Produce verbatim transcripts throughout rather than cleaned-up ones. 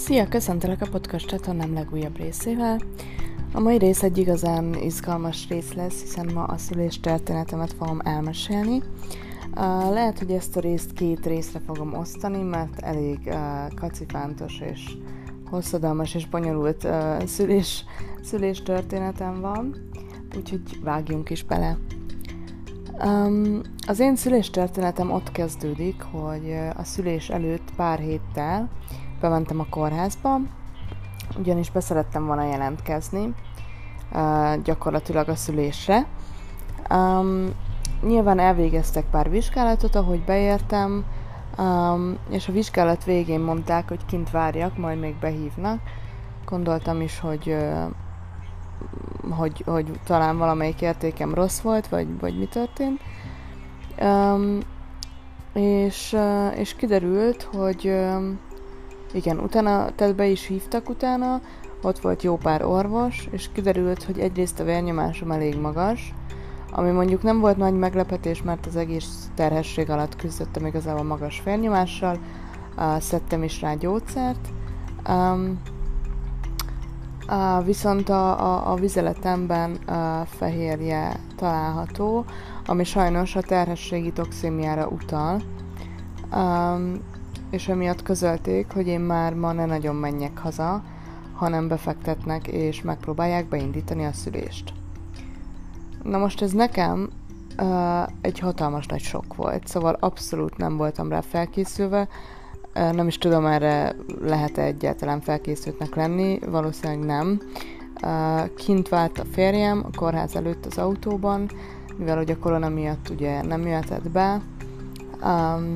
Szia, köszöntelek a podcast csatornám legújabb részével. A mai rész egy igazán izgalmas rész lesz, hiszen ma a szülés történetemet fogom elmesélni. Uh, lehet, hogy ezt a részt két részre fogom osztani, mert elég uh, kacifántos és hosszadalmas és bonyolult uh, szülés, szülés történetem van, úgyhogy vágjunk is bele. Um, az én szülés történetem ott kezdődik, hogy a szülés előtt pár héttel bementem a kórházba, ugyanis beszerettem volna jelentkezni uh, gyakorlatilag a szülésre. Um, nyilván elvégeztek pár vizsgálatot, ahogy beértem, um, és a vizsgálat végén mondták, hogy kint várjak, majd még behívnak. Gondoltam is, hogy, uh, hogy, hogy talán valamelyik értékem rossz volt, vagy, vagy mi történt. Um, és, uh, és kiderült, hogy uh, igen, utána, tehát be is hívtak utána, ott volt jó pár orvos, és kiderült, hogy egyrészt a vérnyomásom elég magas, ami mondjuk nem volt nagy meglepetés, mert az egész terhesség alatt küzdöttem igazából magas vérnyomással, uh, szedtem is rá gyógyszert, um, uh, viszont a, a, a vizeletemben uh, fehérje található, ami sajnos a terhességi toxémiára utal, um, és emiatt közölték, hogy én már ma ne nagyon menjek haza, hanem befektetnek és megpróbálják beindítani a szülést. Na most ez nekem uh, egy hatalmas nagy sok volt, szóval abszolút nem voltam rá felkészülve, uh, nem is tudom, erre lehet-e egyáltalán felkészültnek lenni, valószínűleg nem. Uh, kint várt a férjem a kórház előtt az autóban, mivel hogy a korona miatt ugye nem jöhetett be. Um,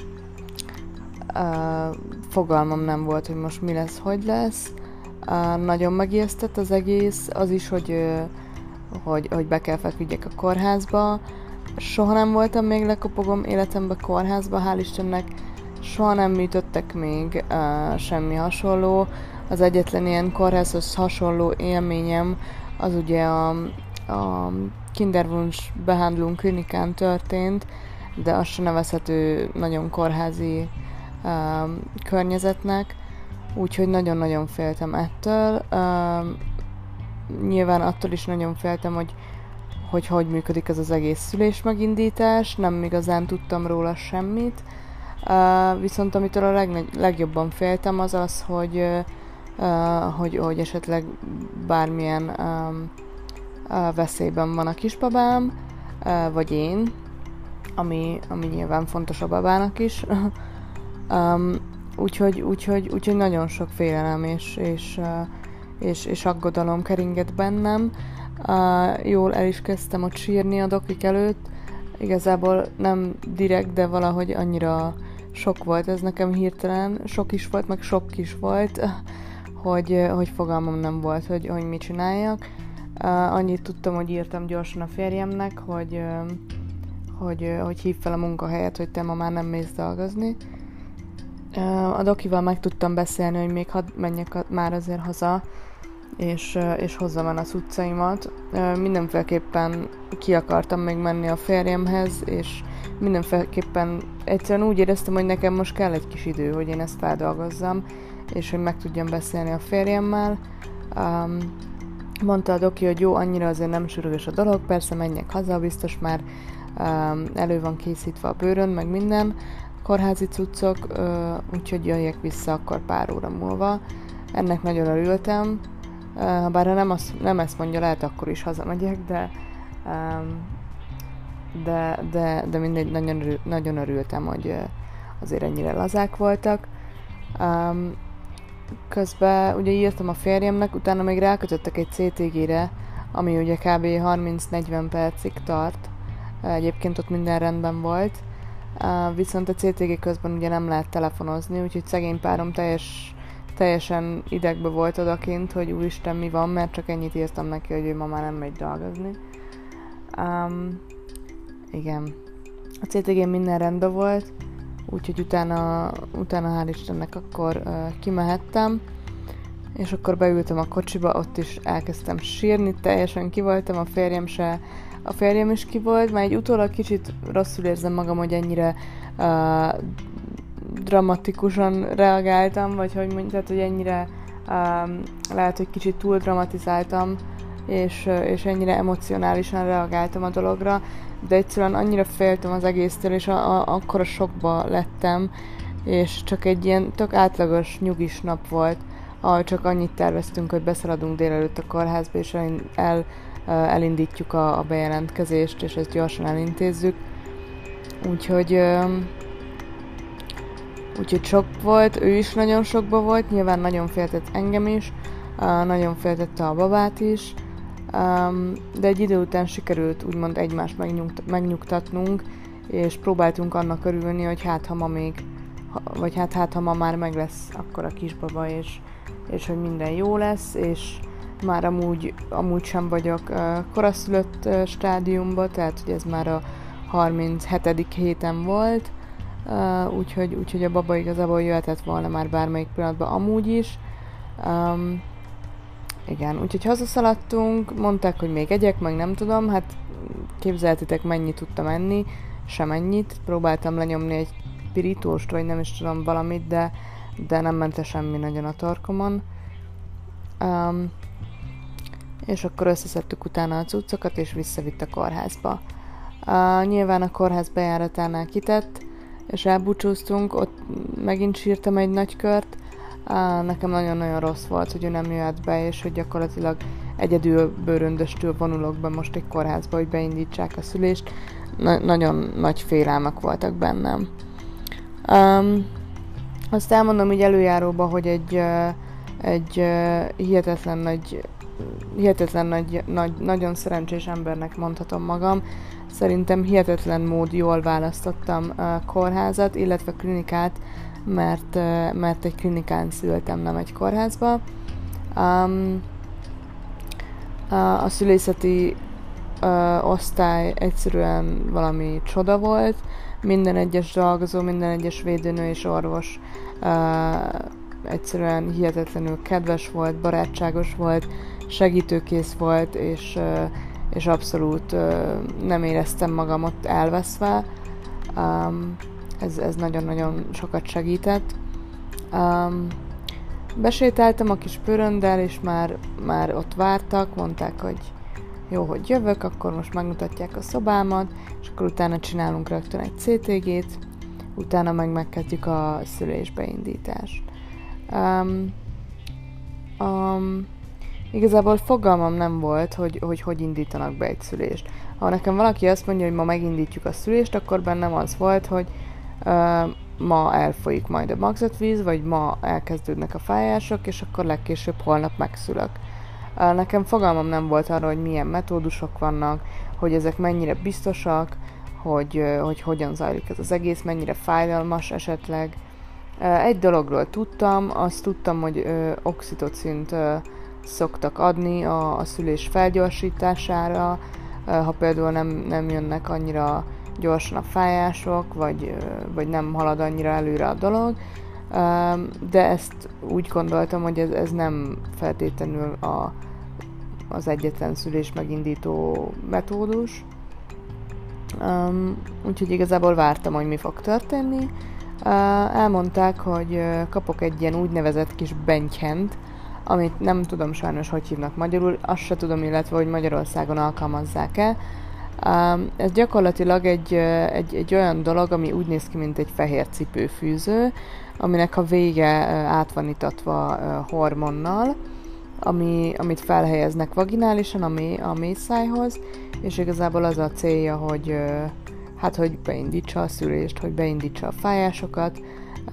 Uh, fogalmam nem volt, hogy most mi lesz, hogy lesz. Uh, nagyon megijesztett az egész, az is, hogy, uh, hogy, hogy be kell feküdjek a kórházba. Soha nem voltam még lekopogom életembe kórházba, hál' Istennek soha nem műtöttek még uh, semmi hasonló. Az egyetlen ilyen kórházhoz hasonló élményem az ugye a, a Kinderwunsch Behandlung klinikán történt, de az se nevezhető nagyon kórházi Uh, környezetnek, úgyhogy nagyon-nagyon féltem ettől. Uh, nyilván attól is nagyon féltem, hogy hogy, hogy működik ez az egész szülés megindítás, nem igazán tudtam róla semmit, uh, viszont amitől a legnagy- legjobban féltem az az, hogy, uh, hogy, hogy esetleg bármilyen um, uh, veszélyben van a kisbabám, uh, vagy én, ami, ami nyilván fontos a babának is. Um, úgyhogy, úgyhogy, úgyhogy nagyon sok félelem és, és, uh, és, és aggodalom keringett bennem. Uh, jól el is kezdtem ott sírni a dokik előtt. Igazából nem direkt, de valahogy annyira sok volt ez nekem hirtelen. Sok is volt, meg sok is volt, hogy, hogy fogalmam nem volt, hogy, hogy mit csináljak. Uh, annyit tudtam, hogy írtam gyorsan a férjemnek, hogy, uh, hogy, uh, hogy hív fel a munkahelyet, hogy te ma már nem mész dolgozni. A dokival meg tudtam beszélni, hogy még hadd menjek már azért haza, és, és hozzam el az utcaimat. Mindenféleképpen ki akartam még menni a férjemhez, és mindenféleképpen egyszerűen úgy éreztem, hogy nekem most kell egy kis idő, hogy én ezt feldolgozzam, és hogy meg tudjam beszélni a férjemmel. Um, mondta a doki, hogy jó, annyira azért nem sürgős a dolog, persze menjek haza, biztos már um, elő van készítve a bőrön, meg minden, kórházi cuccok, úgyhogy jöjjek vissza akkor pár óra múlva. Ennek nagyon örültem, bár ha nem, az, nem ezt mondja, lehet akkor is hazamegyek, de, de, de, de mindegy, nagyon, örül, nagyon örültem, hogy azért ennyire lazák voltak. Közben ugye írtam a férjemnek, utána még rákötöttek egy cé té gére, ami ugye kb. harminc-negyven percig tart. Egyébként ott minden rendben volt. Uh, viszont a cé té gé közben ugye nem lehet telefonozni, úgyhogy szegény párom teljes, teljesen idegbe volt odakint, hogy úristen mi van, mert csak ennyit írtam neki, hogy ő ma már nem megy dolgozni. Um, igen. A cé té gén minden rendben volt, úgyhogy utána, utána hál' Istennek akkor uh, kimehettem, és akkor beültem a kocsiba, ott is elkezdtem sírni, teljesen ki voltam, a férjem se A férjem is ki volt, már egy utólag kicsit rosszul érzem magam, hogy ennyire uh, dramatikusan reagáltam, vagy hogy mondjuk, tehát, hogy ennyire um, lehet, hogy kicsit túl dramatizáltam, és, és ennyire emocionálisan reagáltam a dologra, de egyszerűen annyira féltem az egésztől, és a, a, akkor a sokba lettem, és csak egy ilyen tök átlagos, nyugis nap volt, ahol csak annyit terveztünk, hogy beszaladunk délelőtt a kórházba, és el, el, elindítjuk a, a bejelentkezést, és ezt gyorsan elintézzük. Úgyhogy, úgyhogy sok volt, ő is nagyon sokba volt, nyilván nagyon féltett engem is, nagyon féltette a babát is, de egy idő után sikerült úgymond egymást megnyugtatnunk, és próbáltunk annak örülni, hogy hát ha ma még, vagy hát, hát ha ma már meg lesz akkor a kisbaba, és, és hogy minden jó lesz, és már amúgy, amúgy sem vagyok koraszülött stádiumban, tehát hogy ez már a harminchetedik héten volt, úgyhogy, úgyhogy a baba igazából jöhetett volna már bármelyik pillanatban amúgy is. Um, igen, úgyhogy hazaszaladtunk, mondták, hogy még egyek, meg nem tudom, hát képzeltitek, mennyit tudtam enni, sem ennyit, próbáltam lenyomni egy pirítóst, vagy nem is tudom valamit, de, de nem mente semmi nagyon a torkomon. Um, és akkor összeszedtük utána a cuccokat, és visszavitt a kórházba. Uh, nyilván a kórház bejáratánál kitett, és elbúcsúztunk, ott megint sírtam egy nagy kört. Uh, nekem nagyon-nagyon rossz volt, hogy ő nem jöhet be, és hogy gyakorlatilag egyedül bőröndöstül vonulok be most egy kórházba, hogy beindítsák a szülést. Na- nagyon nagy félelmek voltak bennem. Um, azt elmondom így előjáróba, hogy egy, uh, egy uh, hihetetlen nagy, hihetetlen nagy, nagy, nagyon szerencsés embernek mondhatom magam. Szerintem hihetetlen mód jól választottam uh, kórházat, illetve klinikát, mert, uh, mert egy klinikán szültem, nem egy kórházba. Um, uh, a szülészeti uh, osztály egyszerűen valami csoda volt. Minden egyes dolgozó, minden egyes védőnő és orvos uh, egyszerűen hihetetlenül kedves volt, barátságos volt, segítőkész volt, és uh, és abszolút uh, nem éreztem magam ott elveszve. Um, ez, ez nagyon-nagyon sokat segített. Um, besétáltam a kis pörönddel, és már, már ott vártak, mondták, hogy jó, hogy jövök, akkor most megmutatják a szobámat, és akkor utána csinálunk rögtön egy cé té gét, utána meg megkezdjük a szülésbeindítást. Um, um, Igazából fogalmam nem volt, hogy, hogy hogy indítanak be egy szülést. Ha nekem valaki azt mondja, hogy ma megindítjuk a szülést, akkor bennem az volt, hogy uh, ma elfolyik majd a magzatvíz, vagy ma elkezdődnek a fájások, és akkor legkésőbb holnap megszülök. Uh, nekem fogalmam nem volt arra, hogy milyen metódusok vannak, hogy ezek mennyire biztosak, hogy, uh, hogy hogyan zajlik ez az egész, mennyire fájdalmas esetleg. Uh, egy dologról tudtam, azt tudtam, hogy uh, oxitocint uh, szoktak adni a, a szülés felgyorsítására, ha például nem, nem jönnek annyira gyorsan a fájások, vagy, vagy nem halad annyira előre a dolog, de ezt úgy gondoltam, hogy ez, ez nem feltétlenül a, az egyetlen szülés megindító metódus. Úgyhogy igazából vártam, hogy mi fog történni. Elmondták, hogy kapok egy ilyen úgynevezett kis bentyhent, amit nem tudom sajnos, hogy hívnak magyarul, azt se tudom, illetve, hogy Magyarországon alkalmazzák-e. Ez gyakorlatilag egy, egy, egy olyan dolog, ami úgy néz ki, mint egy fehér cipőfűző, aminek a vége át van itatva hormonnal, ami, amit felhelyeznek vaginálisan a, a méhszájhoz, és igazából az a célja, hogy, hát, hogy beindítsa a szülést, hogy beindítsa a fájásokat,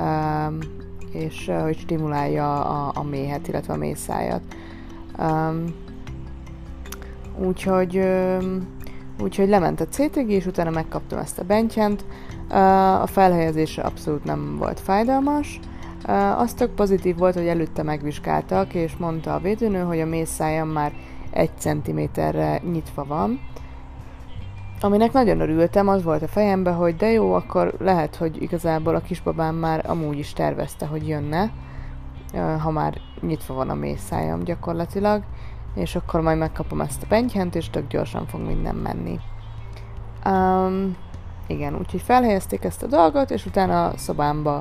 és uh, hogy stimulálja a, a méhet, illetve a méhszájat. Um, úgyhogy, um, úgyhogy lement a cé té gé, és utána megkaptam ezt a bentyhent. Uh, a felhelyezése abszolút nem volt fájdalmas. Uh, az tök pozitív volt, hogy előtte megvizsgáltak, és mondta a védőnő, hogy a méhszájam már egy centiméterre nyitva van. Aminek nagyon örültem, az volt a fejemben, hogy de jó, akkor lehet, hogy igazából a kisbabám már amúgy is tervezte, hogy jönne, ha már nyitva van a méhszájam gyakorlatilag, és akkor majd megkapom ezt a bentyhent, és tök gyorsan fog minden menni. Um, igen, úgyhogy felhelyezték ezt a dolgot, és utána a szobámba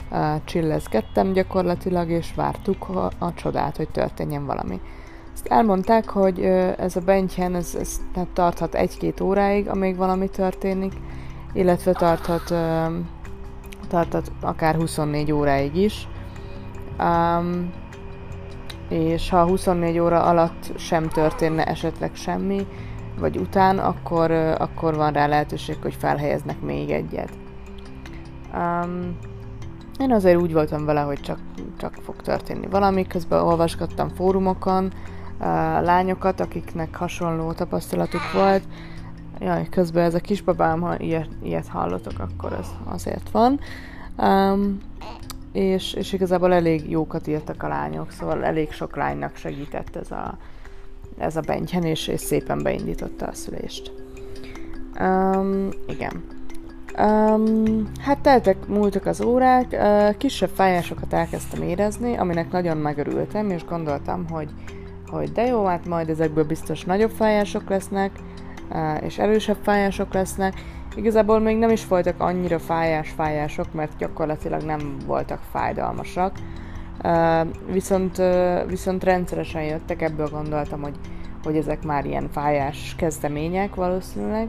csillezgettem gyakorlatilag, és vártuk a, a csodát, hogy történjen valami. Ezt elmondták, hogy ez a benchen ez, ez tarthat egy-két óráig, amíg valami történik, illetve tarthat, tarthat akár huszonnégy óráig is. Um, és ha huszonnégy óra alatt sem történne esetleg semmi, vagy után, akkor, akkor van rá lehetőség, hogy felhelyeznek még egyet. Um, én azért úgy voltam vele, hogy csak, csak fog történni valami, közben olvasgattam fórumokon uh, lányokat, akiknek hasonló tapasztalatuk volt. Jaj, közben ez a kisbabám, ha ilyet, ilyet hallotok, akkor az azért van. Um, és, és igazából elég jókat írtak a lányok, szóval elég sok lánynak segített ez a, ez a benchen, és, és szépen beindította a szülést. Um, igen. Um, hát teltek, múltak az órák, uh, kisebb fájásokat elkezdtem érezni, aminek nagyon megörültem, és gondoltam, hogy, hogy de jó, hát majd ezekből biztos nagyobb fájások lesznek, uh, és erősebb fájások lesznek. Igazából még nem is voltak annyira fájás-fájások, mert gyakorlatilag nem voltak fájdalmasak, uh, viszont, uh, viszont rendszeresen jöttek, ebből gondoltam, hogy, hogy ezek már ilyen fájás kezdemények valószínűleg.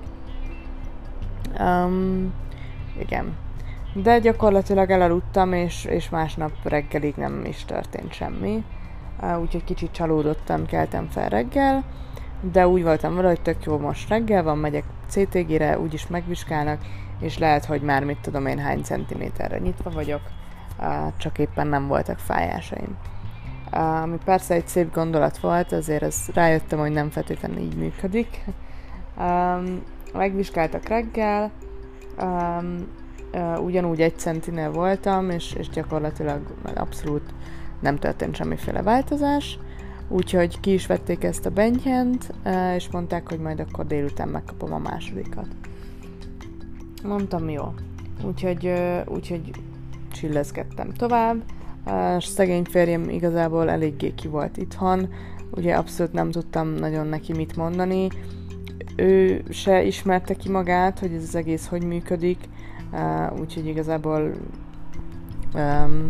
Um, igen. De gyakorlatilag elaludtam, és, és másnap reggelig nem is történt semmi. Uh, úgyhogy kicsit csalódottan keltem fel reggel, de úgy voltam vele, hogy tök jó, most reggel van, megyek cé té gére, úgyis megvizsgálnak, és lehet, hogy már mit tudom én hány centiméterre nyitva vagyok, uh, csak éppen nem voltak fájásaim. Uh, ami persze egy szép gondolat volt, azért ez rájöttem, hogy nem feltétlenül így működik. Um, Megvizsgáltak reggel, um, uh, ugyanúgy egy centinél voltam, és, és gyakorlatilag abszolút nem történt semmiféle változás, úgyhogy ki is vették ezt a benchent, uh, és mondták, hogy majd akkor délután megkapom a másodikat. Mondtam, jó. Úgyhogy, uh, úgyhogy csillezgettem tovább. Uh, szegény férjem igazából eléggé ki volt itthon, ugye abszolút nem tudtam nagyon neki mit mondani. Ő se ismerte ki magát, hogy ez az egész hogy működik, uh, úgyhogy igazából um,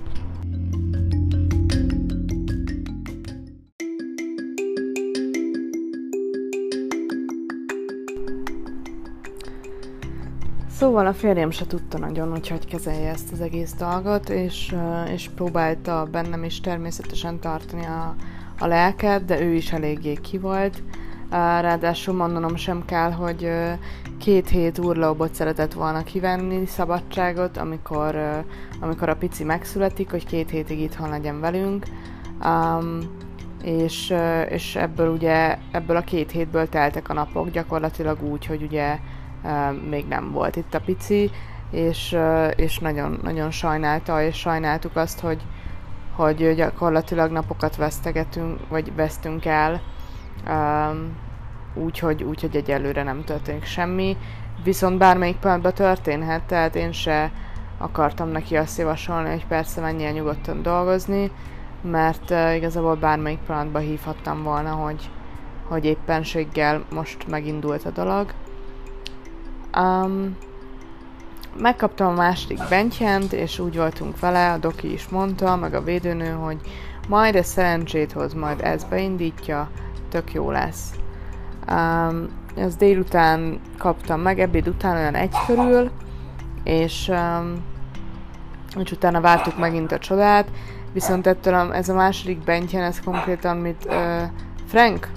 szóval a férjem se tudta nagyon, hogy hogy kezelje ezt az egész dolgot, és, uh, és próbálta bennem is természetesen tartani a, a lelket, de ő is eléggé ki volt. Ráadásul mondanom sem kell, hogy két hét urlaubot szeretett volna kivenni, szabadságot, amikor, amikor a pici megszületik, hogy két hétig itthon legyen velünk. Um, és, és ebből ugye, ebből a két hétből teltek a napok, gyakorlatilag úgy, hogy ugye még nem volt itt a pici, és, és nagyon, nagyon sajnálta, és sajnáltuk azt, hogy, hogy gyakorlatilag napokat vesztegetünk, vagy vesztünk el, Um, úgyhogy úgy, hogy egyelőre nem történik semmi, viszont bármelyik pillanatban történhet, tehát én se akartam neki azt javasolni, hogy persze menjél nyugodtan dolgozni, mert uh, igazából bármelyik pillanatban hívhattam volna, hogy, hogy éppenséggel most megindult a dolog. Um, megkaptam a második benchent, és úgy voltunk vele, a doki is mondta, meg a védőnő, hogy majd ez szerencsét hoz, majd ez beindítja, tök jó lesz. Um, ezt délután kaptam meg, ebéd után olyan egy körül, és, um, és utána vártuk megint a csodát, viszont ettől a, ez a második benchen, ez konkrétan, mit uh, Frank?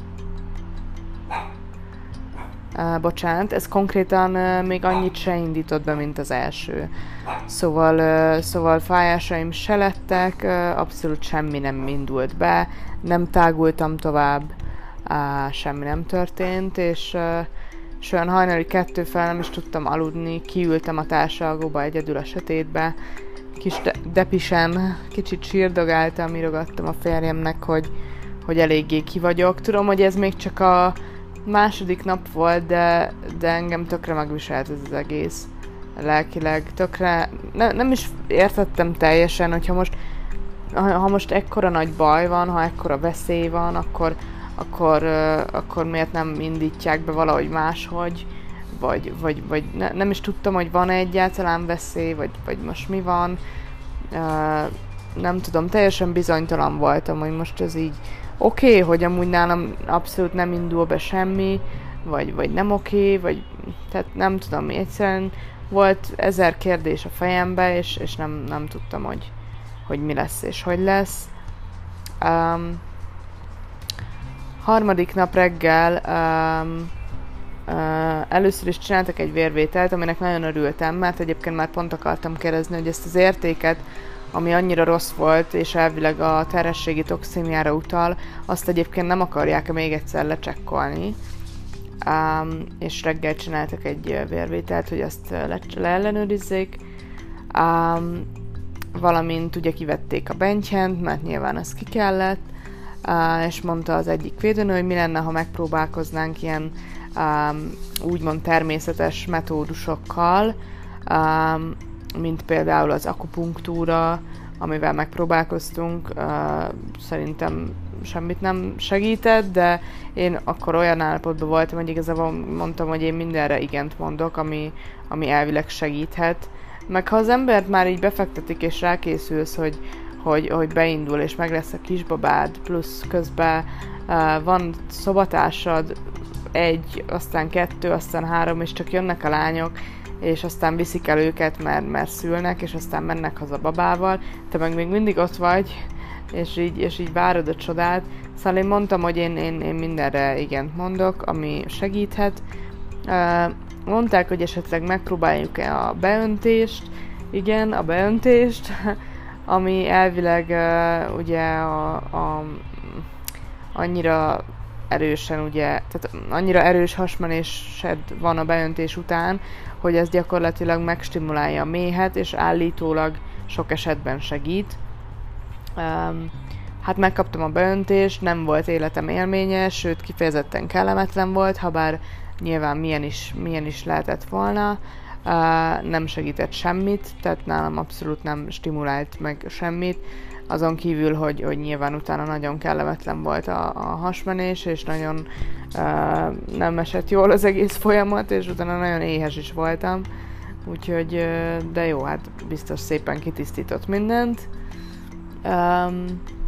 Uh, bocsánat, ez konkrétan uh, még annyit se indított be, mint az első. Szóval, uh, szóval fájásaim se lettek, uh, abszolút semmi nem indult be, nem tágultam tovább, uh, semmi nem történt, és, uh, és olyan hajnali kettő fel nem is tudtam aludni, kiültem a társalgóba egyedül a sötétbe, kis de- depisen, kicsit sírdogáltam, írogattam a férjemnek, hogy, hogy eléggé ki vagyok. Tudom, hogy ez még csak a második nap volt, de, de engem tökre megviselt ez az egész. Lelkileg tökre, ne, nem is értettem teljesen, hogyha most, ha, ha most ekkora nagy baj van, ha ekkora veszély van, akkor, akkor, uh, akkor miért nem indítják be valahogy máshogy, vagy, vagy, vagy ne, nem is tudtam, hogy van-e egyáltalán veszély, vagy, vagy most mi van, uh, nem tudom, teljesen bizonytalan voltam, hogy most ez így oké, okay, hogy amúgy nálam abszolút nem indul be semmi, vagy, vagy nem oké, okay, vagy tehát nem tudom, egyszerűen volt ezer kérdés a fejembe, és, és nem, nem tudtam, hogy, hogy mi lesz és hogy lesz. Um, harmadik nap reggel um, uh, először is csináltak egy vérvételt, aminek nagyon örültem, mert egyébként már pont akartam kérdezni, hogy ezt az értéket, ami annyira rossz volt, és elvileg a terhességi toxémiára utal, azt egyébként nem akarják még egyszer lecsekkolni. Um, és reggel csináltak egy vérvételt, hogy azt le- leellenőrizzék. Um, valamint ugye kivették a bentyent, mert nyilván az ki kellett, uh, és mondta az egyik védőnő, hogy mi lenne, ha megpróbálkoznánk ilyen um, úgymond természetes metódusokkal, um, mint például az akupunktúra, amivel megpróbálkoztunk, uh, szerintem semmit nem segített, de én akkor olyan állapotban voltam, hogy igazából mondtam, hogy én mindenre igent mondok, ami, ami elvileg segíthet. Meg ha az embert már így befektetik és rákészülsz, hogy, hogy, hogy beindul és meg lesz a kisbabád, plusz közben uh, van szobatársad, egy, aztán kettő, aztán három, és csak jönnek a lányok, és aztán viszik el őket, mert, mert szülnek, és aztán mennek haza babával, te meg még mindig ott vagy, és így, és így várod a csodát. Szóval én mondtam, hogy én, én, én mindenre igent mondok, ami segíthet. Mondták, hogy esetleg megpróbáljuk-e a beöntést. Igen, a beöntést, ami elvileg ugye a, a, annyira erősen ugye, tehát annyira erős hasmenésed van a beöntés után, hogy ez gyakorlatilag megstimulálja a méhet, és állítólag sok esetben segít. Um, hát megkaptam a beöntést, nem volt életem élménye, sőt kifejezetten kellemetlen volt, habár nyilván milyen is, milyen is lehetett volna. Uh, nem segített semmit, tehát nálam abszolút nem stimulált meg semmit, azon kívül, hogy, hogy nyilván utána nagyon kellemetlen volt a, a hasmenés, és nagyon uh, nem esett jól az egész folyamat, és utána nagyon éhes is voltam, úgyhogy, uh, de jó, hát biztos szépen kitisztított mindent. Um,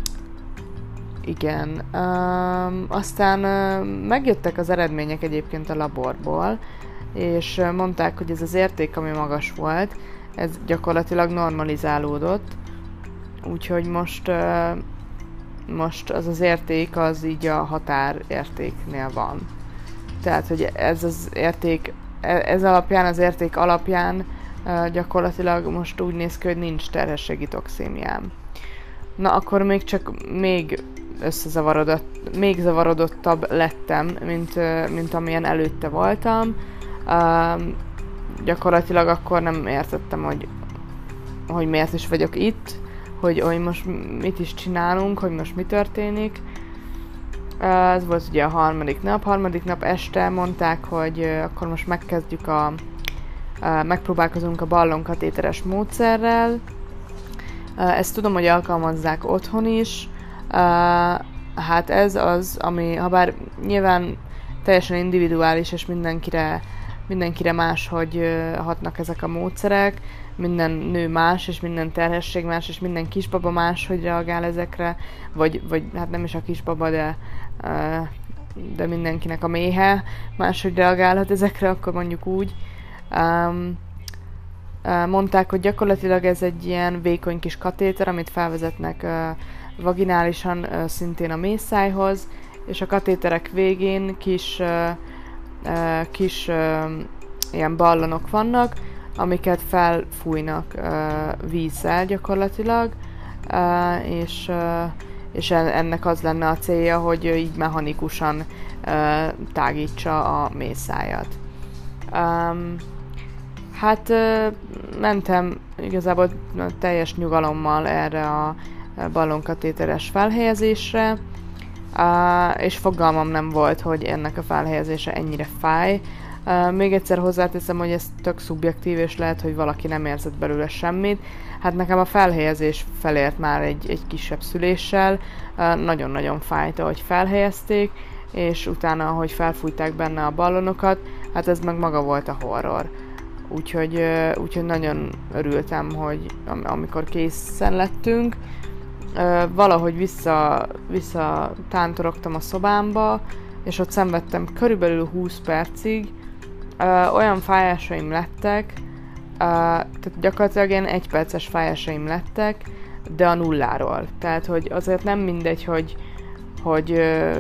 igen, um, aztán uh, megjöttek az eredmények egyébként a laborból, és uh, mondták, hogy ez az érték, ami magas volt, ez gyakorlatilag normalizálódott, úgyhogy most, uh, most az az érték az így a határértéknél van. Tehát, hogy ez az érték, ez alapján, az érték alapján uh, gyakorlatilag most úgy néz ki, hogy nincs terhességi toxémiám. Na, akkor még csak még összezavarodott, még zavarodottabb lettem, mint, mint amilyen előtte voltam. Uh, gyakorlatilag akkor nem értettem, hogy, hogy miért is vagyok itt, hogy, hogy most mit is csinálunk, hogy most mi történik. Uh, ez volt ugye a harmadik nap. Harmadik nap este mondták, hogy uh, akkor most megkezdjük a, uh, megpróbálkozunk a ballonkatéteres módszerrel. Uh, ezt tudom, hogy alkalmazzák otthon is. Uh, hát ez az, ami, ha bár nyilván teljesen individuális, és mindenkire, mindenkire más, hogy uh, hatnak ezek a módszerek. Minden nő más, és minden terhesség más, és minden kisbaba más, hogy reagál ezekre. Vagy, vagy hát nem is a kisbaba, de, uh, de mindenkinek a méhe máshogy reagálhat ezekre, akkor mondjuk úgy. Um, Mondták, hogy gyakorlatilag ez egy ilyen vékony kis katéter, amit felvezetnek uh, vaginálisan uh, szintén a méhszájhoz, és a katéterek végén kis, uh, uh, kis uh, ilyen ballonok vannak, amiket felfújnak uh, vízzel gyakorlatilag, uh, és, uh, és ennek az lenne a célja, hogy így mechanikusan uh, tágítsa a méhszájat. Um, Hát mentem igazából teljes nyugalommal erre a ballonkatéteres felhelyezésre, és fogalmam nem volt, hogy ennek a felhelyezése ennyire fáj. Még egyszer hozzáteszem, hogy ez tök szubjektív, és lehet, hogy valaki nem érzett belőle semmit. Hát nekem a felhelyezés felért már egy, egy kisebb szüléssel, nagyon-nagyon fájt, ahogy felhelyezték, és utána, ahogy felfújták benne a ballonokat, hát ez meg maga volt a horror. úgyhogy, úgyhogy nagyon örültem, hogy amikor készen lettünk. Valahogy vissza, vissza tántorogtam a szobámba, és ott szenvedtem körülbelül húsz percig. Olyan fájásaim lettek, tehát gyakorlatilag ilyen egyperces fájásaim lettek, de a nulláról. Tehát, hogy azért nem mindegy, hogy hogy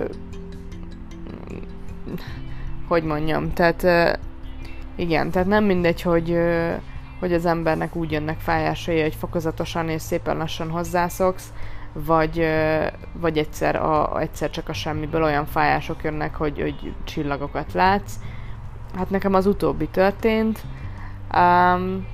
hogy mondjam, tehát igen, tehát nem mindegy, hogy, hogy az embernek úgy jönnek fájásai, hogy fokozatosan és szépen lassan hozzászoksz, vagy, vagy egyszer, a, egyszer csak a semmiből olyan fájások jönnek, hogy, hogy csillagokat látsz. Hát nekem az utóbbi történt, um,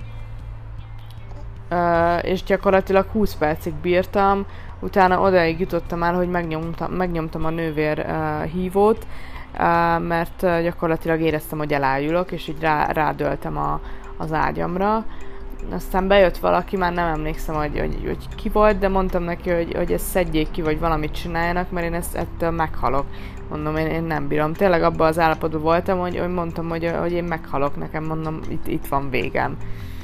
uh, és gyakorlatilag húsz percig bírtam, utána odaig jutottam el, hogy megnyomtam, megnyomtam a nővér uh, hívót, uh, mert uh, gyakorlatilag éreztem, hogy elájulok, és így rá, rádöltem a, az ágyamra. Aztán bejött valaki, már nem emlékszem, hogy, hogy, hogy ki volt, de mondtam neki, hogy, hogy ezt szedjék ki, vagy valamit csináljanak, mert én ezt, ettől meghalok. Mondom, én, én nem bírom. Tényleg abban az állapotban voltam, hogy, hogy mondtam, hogy, hogy én meghalok, nekem mondom, itt, itt van végem.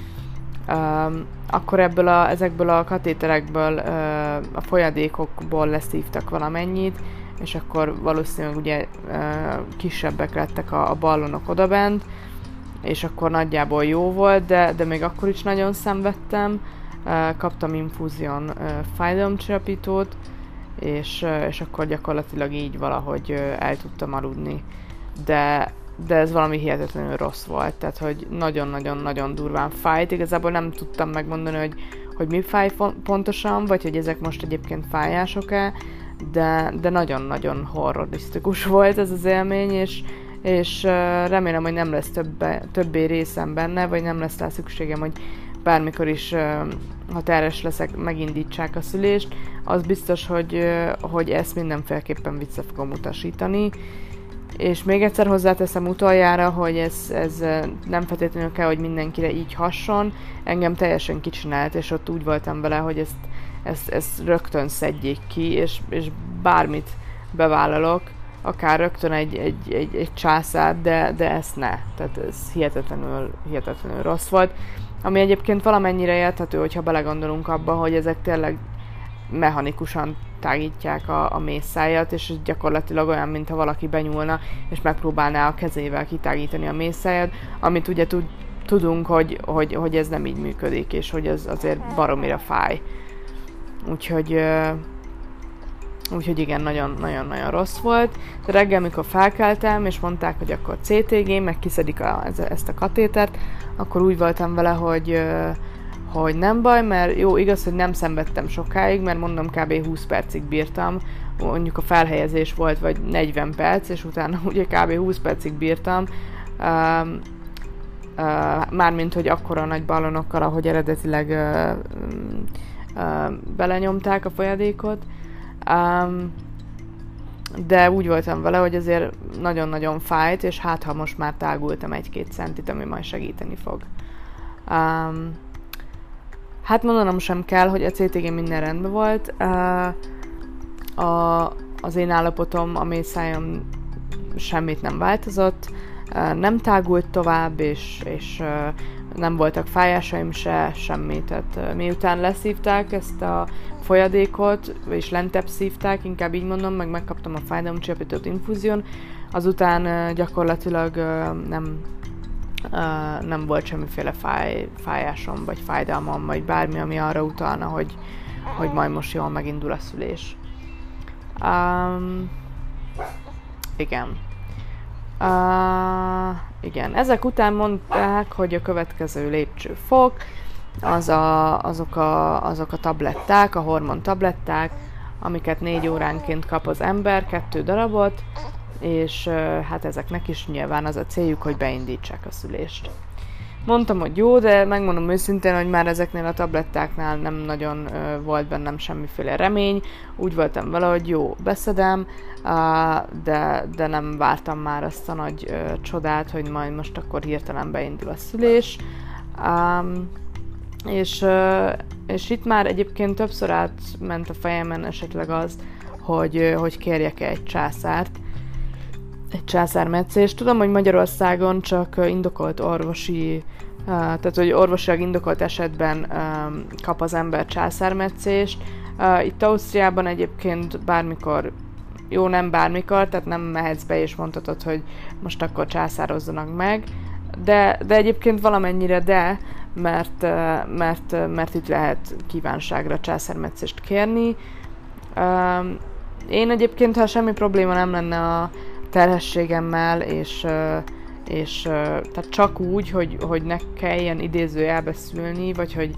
Um, akkor ebből a, ezekből a katéterekből, uh, a folyadékokból leszívtak valamennyit, és akkor valószínűleg ugye uh, kisebbek lettek a, a ballonok odabent, és akkor nagyjából jó volt, de, de még akkor is nagyon szenvedtem. Uh, kaptam infúzión uh, fájdalomcsillapítót, és, uh, és akkor gyakorlatilag így valahogy uh, el tudtam aludni. De, de ez valami hihetetlenül rossz volt, tehát hogy nagyon-nagyon-nagyon durván fájt. Igazából nem tudtam megmondani, hogy, hogy mi fáj pontosan, vagy hogy ezek most egyébként fájások-e, de, de nagyon-nagyon horrorisztikus volt ez az élmény, és és uh, remélem, hogy nem lesz többe, többé részem benne, vagy nem lesz rá szükségem, hogy bármikor is, uh, ha terhes leszek, megindítsák a szülést. Az biztos, hogy, uh, hogy ezt mindenféleképpen vissza fogom utasítani. És még egyszer hozzáteszem utoljára, hogy ez, ez nem feltétlenül kell, hogy mindenkire így hasson. Engem teljesen kicsinált, és ott úgy voltam vele, hogy ezt, ezt, ezt rögtön szedjék ki, és, és bármit bevállalok, akár rögtön egy, egy, egy, egy császár, de, de ezt ne. Tehát ez hihetetlenül, hihetetlenül rossz volt. Ami egyébként valamennyire érthető, hogyha belegondolunk abba, hogy ezek tényleg mechanikusan tágítják a, a méhszájat, és gyakorlatilag olyan, mintha valaki benyúlna, és megpróbálná a kezével kitágítani a méhszájat, amit ugye tud, tudunk, hogy, hogy, hogy ez nem így működik, és hogy ez azért baromira fáj. Úgyhogy... Úgyhogy igen, nagyon-nagyon rossz volt. De reggel, mikor felkeltem, és mondták, hogy akkor cé té gé, meg kiszedik a, ezt a katétert, akkor úgy voltam vele, hogy, hogy nem baj, mert jó, igaz, hogy nem szenvedtem sokáig, mert mondom, kb. húsz percig bírtam. Mondjuk a felhelyezés volt, vagy negyven perc, és utána ugye kb. húsz percig bírtam. Uh, uh, mármint, hogy akkora nagy ballonokkal, ahogy eredetileg uh, uh, belenyomták a folyadékot. Um, de úgy voltam vele, hogy azért nagyon-nagyon fájt, és hát ha most már tágultam egy-két centit, ami majd segíteni fog. Um, hát mondanom sem kell, hogy a cé té gé minden rendben volt. Uh, a, az én állapotom, a méhszájam semmit nem változott, uh, nem tágult tovább, és, és uh, nem voltak fájásaim se, semmi. Tehát uh, miután leszívták ezt a folyadékot, és lentebb szívták, inkább így mondom, meg megkaptam a fájdalomcsillapítót infúzión, azután uh, gyakorlatilag uh, nem, uh, nem volt semmiféle fáj, fájásom, vagy fájdalmam, vagy bármi, ami arra utalna, hogy, hogy majd most jól megindul a szülés. Um, igen. Uh, igen. Ezek után mondták, hogy a következő lépcsőfok az a, azok, a, azok a tabletták, a hormon tabletták, amiket négy óránként kap az ember, kettő darabot, és uh, hát ezeknek is nyilván az a céljuk, hogy beindítsák a szülést. Mondtam, hogy jó, de megmondom őszintén, hogy már ezeknél a tablettáknál nem nagyon uh, volt bennem semmiféle remény. Úgy voltam vele, hogy jó, beszedem, uh, de, de nem vártam már azt a nagy uh, csodát, hogy majd most akkor hirtelen beindul a szülés. Um, és, uh, és itt már egyébként többször átment a fejemen esetleg az, hogy, uh, hogy kérjek-e egy császárt, egy császármetszést. Tudom, hogy Magyarországon csak indokolt orvosi tehát hogy orvosilag indokolt esetben um, kap az ember császármetszést. Uh, itt Ausztriában egyébként bármikor, jó nem bármikor, tehát nem mehetsz be és mondhatod, hogy most akkor császározzanak meg, de, de egyébként valamennyire de, mert, uh, mert, uh, mert itt lehet kívánságra császármetszést kérni. Uh, én egyébként, ha semmi probléma nem lenne a terhességemmel, és uh, és uh, tehát csak úgy, hogy, hogy ne kelljen idézőjelbe szülni, vagy hogy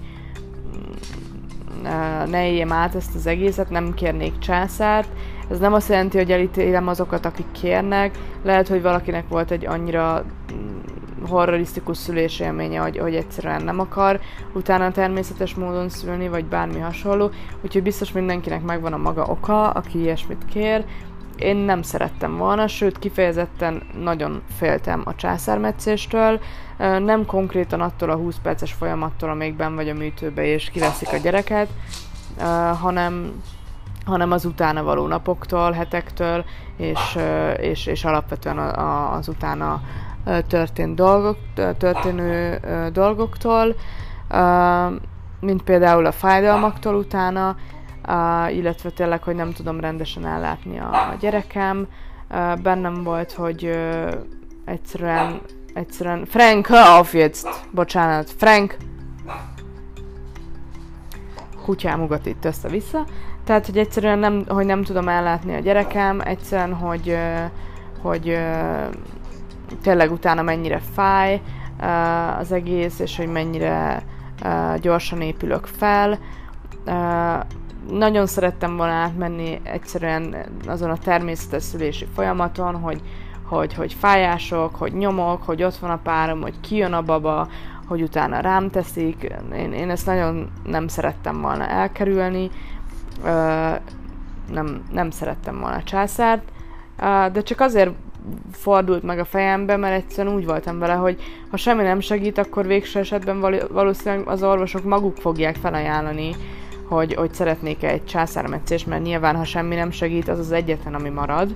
uh, ne éljem át ezt az egészet, nem kérnék császárt. Ez nem azt jelenti, hogy elítélem azokat, akik kérnek. Lehet, hogy valakinek volt egy annyira horrorisztikus szülésélménye, hogy, hogy egyszerűen nem akar utána természetes módon szülni, vagy bármi hasonló. Úgyhogy biztos mindenkinek megvan a maga oka, aki ilyesmit kér. Én nem szerettem volna, sőt kifejezetten nagyon féltem a császármetszéstől, nem konkrétan attól a húsz perces folyamattól, amíg benn vagy a műtőbe és kiveszik a gyereket, hanem, hanem az utána való napoktól, hetektől, és, és, és alapvetően az utána történt dolgok, történő dolgoktól, mint például a fájdalmaktól utána, Uh, illetve tényleg, hogy nem tudom rendesen ellátni a, a gyerekem. Uh, bennem volt, hogy uh, egyszerűen, egyszerűen... Frank, hör auf jetzt! Bocsánat, Frank! Kutyám ugat itt össze-vissza. Tehát, hogy egyszerűen nem, hogy nem tudom ellátni a gyerekem, egyszerűen, hogy, uh, hogy uh, tényleg utána mennyire fáj uh, az egész, és hogy mennyire uh, gyorsan épülök fel. Uh, Nagyon szerettem volna átmenni egyszerűen azon a természetes szülési folyamaton, hogy, hogy, hogy fájások, hogy nyomok, hogy ott van a párom, hogy kijön a baba, hogy utána rám teszik. Én, én ezt nagyon nem szerettem volna elkerülni, nem, nem szerettem volna a császárt, de csak azért fordult meg a fejembe, mert egyszerűen úgy voltam vele, hogy ha semmi nem segít, akkor végső esetben valószínűleg az orvosok maguk fogják felajánlani, Hogy, hogy szeretnék egy császármetszést, mert nyilván, ha semmi nem segít, az az egyetlen, ami marad.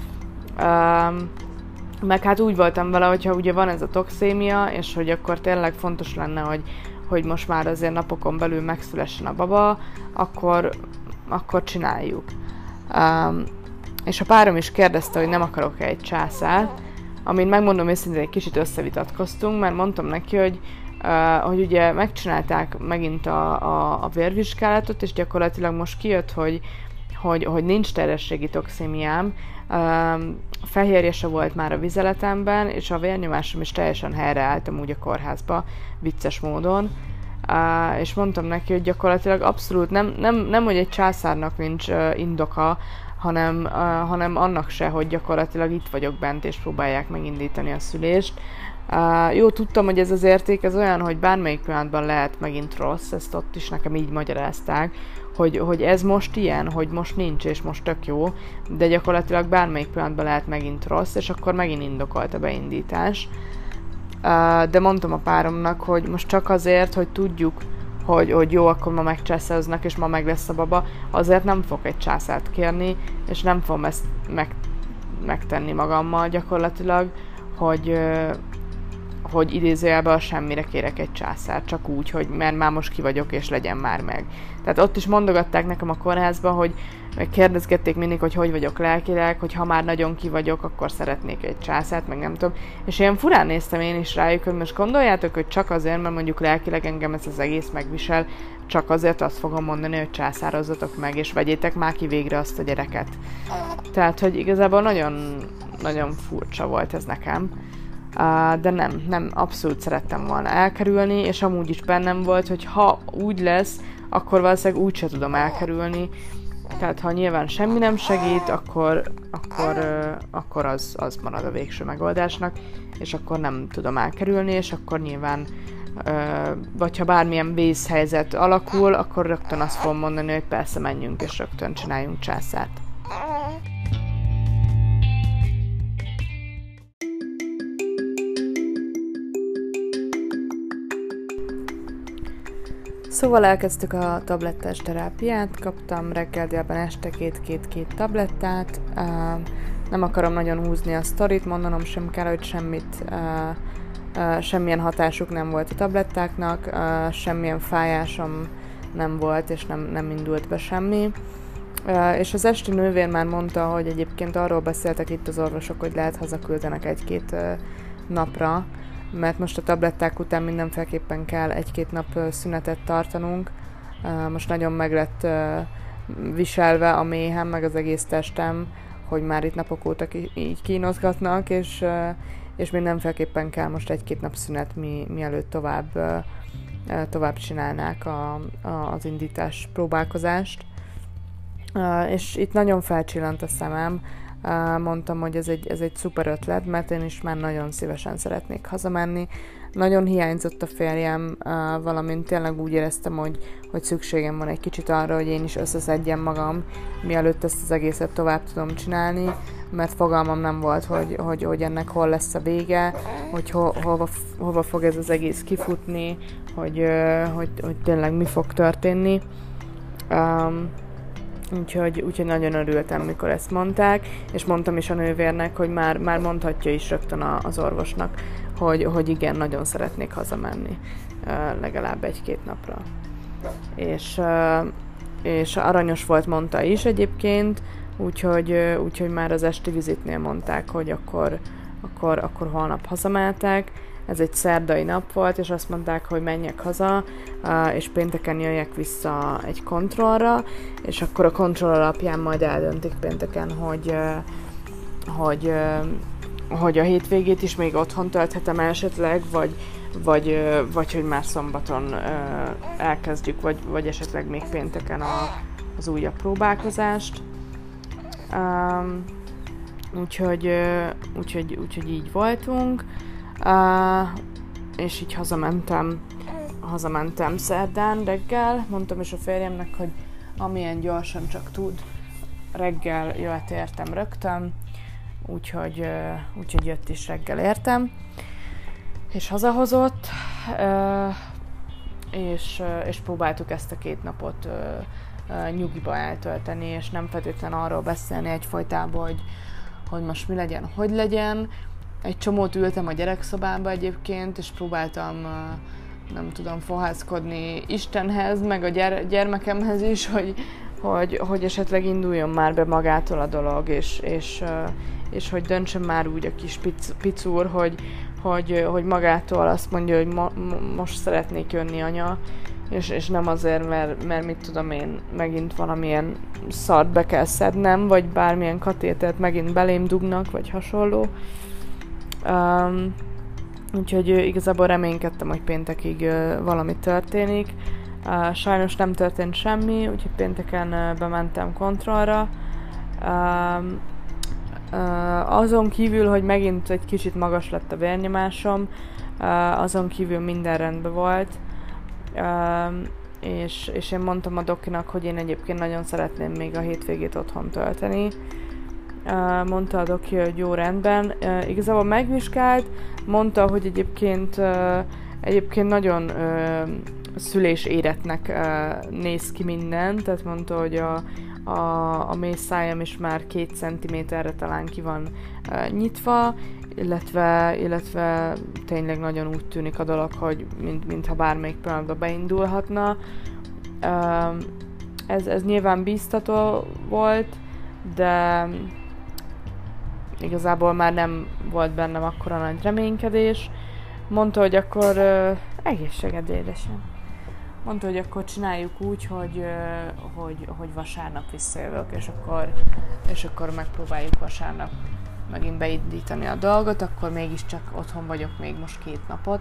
Um, meg hát úgy voltam vele, hogyha ugye van ez a toxémia, és hogy akkor tényleg fontos lenne, hogy, hogy most már azért napokon belül megszülessen a baba, akkor, akkor csináljuk. Um, és a párom is kérdezte, hogy nem akarok-e egy császárt, amin megmondom őszintén, egy kicsit összevitatkoztunk, mert mondtam neki, hogy Uh, hogy ugye megcsinálták megint a, a, a vérvizsgálatot, és gyakorlatilag most kijött, hogy, hogy, hogy nincs terhességi toxémiám. Uh, fehérje se volt már a vizeletemben, és a vérnyomásom is teljesen helyreálltam úgy a kórházba, vicces módon. Uh, és mondtam neki, hogy gyakorlatilag abszolút nem, nem, nem hogy egy császárnak nincs uh, indoka, hanem, uh, hanem annak se, hogy gyakorlatilag itt vagyok bent, és próbálják megindítani a szülést. Uh, jó, tudtam, hogy ez az érték, ez olyan, hogy bármelyik pillanatban lehet megint rossz, ezt ott is nekem így magyarázták, hogy, hogy ez most ilyen, hogy most nincs, és most tök jó, de gyakorlatilag bármelyik pillanatban lehet megint rossz, és akkor megint indokolt a beindítás. Uh, de mondtam a páromnak, hogy most csak azért, hogy tudjuk, hogy, hogy jó, akkor ma megcsászároznak, és ma meg lesz a baba, azért nem fog egy császárt kérni, és nem fogom ezt meg, megtenni magammal gyakorlatilag, hogy... hogy idézőjelben semmire kérek egy császárt, csak úgy, hogy mert már most ki vagyok, és legyen már meg. Tehát ott is mondogatták nekem a kórházban, hogy kérdezgették mindig, hogy hogy vagyok lelkileg, hogy ha már nagyon ki vagyok, akkor szeretnék egy császárt, meg nem tudom. És ilyen furán néztem én is rájuk, hogy most gondoljátok, hogy csak azért, mert mondjuk lelkileg engem ez az egész megvisel, csak azért azt fogom mondani, hogy császározzatok meg, és vegyétek már ki végre azt a gyereket. Tehát, hogy igazából nagyon, nagyon furcsa volt ez nekem. Uh, de nem, nem, abszolút szerettem volna elkerülni, és amúgy is bennem volt, hogy ha úgy lesz, akkor valószínűleg úgy se tudom elkerülni. Tehát ha nyilván semmi nem segít, akkor, akkor, uh, akkor az, az marad a végső megoldásnak, és akkor nem tudom elkerülni, és akkor nyilván, uh, vagy ha bármilyen vészhelyzet alakul, akkor rögtön azt fogom mondani, hogy persze menjünk, és rögtön csináljunk császárt. Szóval elkezdtük a tablettás terápiát, kaptam reggel, délben, este két-két-két tablettát. Uh, nem akarom nagyon húzni a sztorit, mondanom sem kell, hogy semmit uh, semmilyen hatásuk nem volt a tablettáknak, semmilyen fájásom nem volt, és nem, nem indult be semmi. És az esti nővér már mondta, hogy egyébként arról beszéltek itt az orvosok, hogy lehet hazaküldenek egy-két napra, mert most a tabletták után mindenféleképpen kell egy-két nap szünetet tartanunk. Most nagyon meg lett viselve a méhem, meg az egész testem, hogy már itt napok óta így kínozgatnak, és, és mindenféleképpen kell most egy-két nap szünet, mi, mielőtt tovább, tovább csinálnák a, a, az indítás próbálkozást. És itt nagyon felcsillant a szemem, mondtam, hogy ez egy, ez egy szuper ötlet, mert én is már nagyon szívesen szeretnék hazamenni. Nagyon hiányzott a férjem, valamint tényleg úgy éreztem, hogy, hogy szükségem van egy kicsit arra, hogy én is összeszedjem magam, mielőtt ezt az egészet tovább tudom csinálni, mert fogalmam nem volt, hogy, hogy, hogy ennek hol lesz a vége, hogy ho, hova, hova fog ez az egész kifutni, hogy, hogy, hogy tényleg mi fog történni. Um, Úgyhogy, úgyhogy nagyon örültem, mikor ezt mondták, és mondtam is a nővérnek, hogy már, már mondhatja is rögtön az orvosnak, hogy, hogy igen, nagyon szeretnék hazamenni legalább egy-két napra. És, és aranyos volt, mondta is egyébként, úgyhogy, úgyhogy már az esti vizitnél mondták, hogy akkor, akkor, akkor holnap hazamehetek. Ez egy szerdai nap volt, és azt mondták, hogy menjek haza, és pénteken jöjjek vissza egy kontrollra, és akkor a kontroll alapján majd eldöntik pénteken, hogy, hogy, hogy a hétvégét is még otthon tölthetem esetleg, vagy, vagy, vagy hogy már szombaton elkezdjük, vagy, vagy esetleg még pénteken a, az újabb próbálkozást. Úgyhogy, úgyhogy, úgyhogy így voltunk. Uh, és így hazamentem, hazamentem szerdán reggel, mondtam is a férjemnek, hogy amilyen gyorsan csak tud, reggel jöhet értem rögtön, úgyhogy, uh, úgyhogy jött is reggel értem, és hazahozott, uh, és, uh, és próbáltuk ezt a két napot uh, uh, nyugiba eltölteni, és nem feltétlenül arról beszélni egyfolytában, hogy, hogy most mi legyen, hogy legyen. Egy csomót ültem a gyerekszobámba egyébként, és próbáltam, nem tudom, fohászkodni Istenhez, meg a gyere- gyermekemhez is, hogy, hogy, hogy esetleg induljon már be magától a dolog, és, és, és hogy döntsön már úgy a kis pic, picúr, hogy, hogy, hogy magától azt mondja, hogy mo, most szeretnék jönni anya, és, és nem azért, mert, mert mit tudom én, megint valamilyen szart be kell szednem, vagy bármilyen katétert megint belém dugnak, vagy hasonló. Um, úgyhogy uh, igazából reménykedtem, hogy péntekig uh, valami történik. Uh, sajnos nem történt semmi, úgyhogy pénteken uh, bementem kontrollra. Um, uh, azon kívül, hogy megint egy kicsit magas lett a vérnyomásom, uh, azon kívül minden rendben volt. Um, és, és én mondtam a dokinak, hogy én egyébként nagyon szeretném még a hétvégét otthon tölteni. Uh, mondta a doki, hogy jó, rendben. Uh, igazából megvizsgált, mondta, hogy egyébként, uh, egyébként nagyon uh, szüléséretnek uh, néz ki minden, tehát mondta, hogy a, a, a mészájam is már két centiméterre talán ki van uh, nyitva, illetve, illetve tényleg nagyon úgy tűnik a dolog, hogy mint, mintha bármelyik pillanatban beindulhatna. Uh, ez, ez nyilván bíztató volt, de igazából már nem volt bennem akkora nagy reménykedés. Mondta, hogy akkor uh, egészséged édesem. Mondta, hogy akkor csináljuk úgy, hogy, uh, hogy, hogy vasárnap visszajövök, és akkor, és akkor megpróbáljuk vasárnap megint beindítani a dolgot, akkor mégiscsak otthon vagyok még most két napot.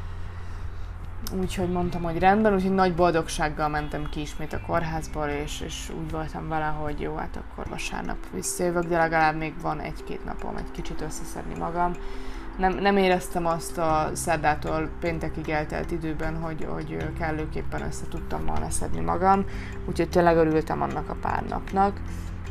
Úgyhogy mondtam, hogy rendben, úgyhogy nagy boldogsággal mentem ki ismét a kórházból, és, és úgy voltam vele, hogy jó, hát akkor vasárnap visszajövök, de legalább még van egy-két napom egy kicsit összeszedni magam. Nem, nem éreztem azt a szerdától péntekig eltelt időben, hogy, hogy kellőképpen össze tudtam volna szedni magam, úgyhogy tényleg örültem annak a pár napnak.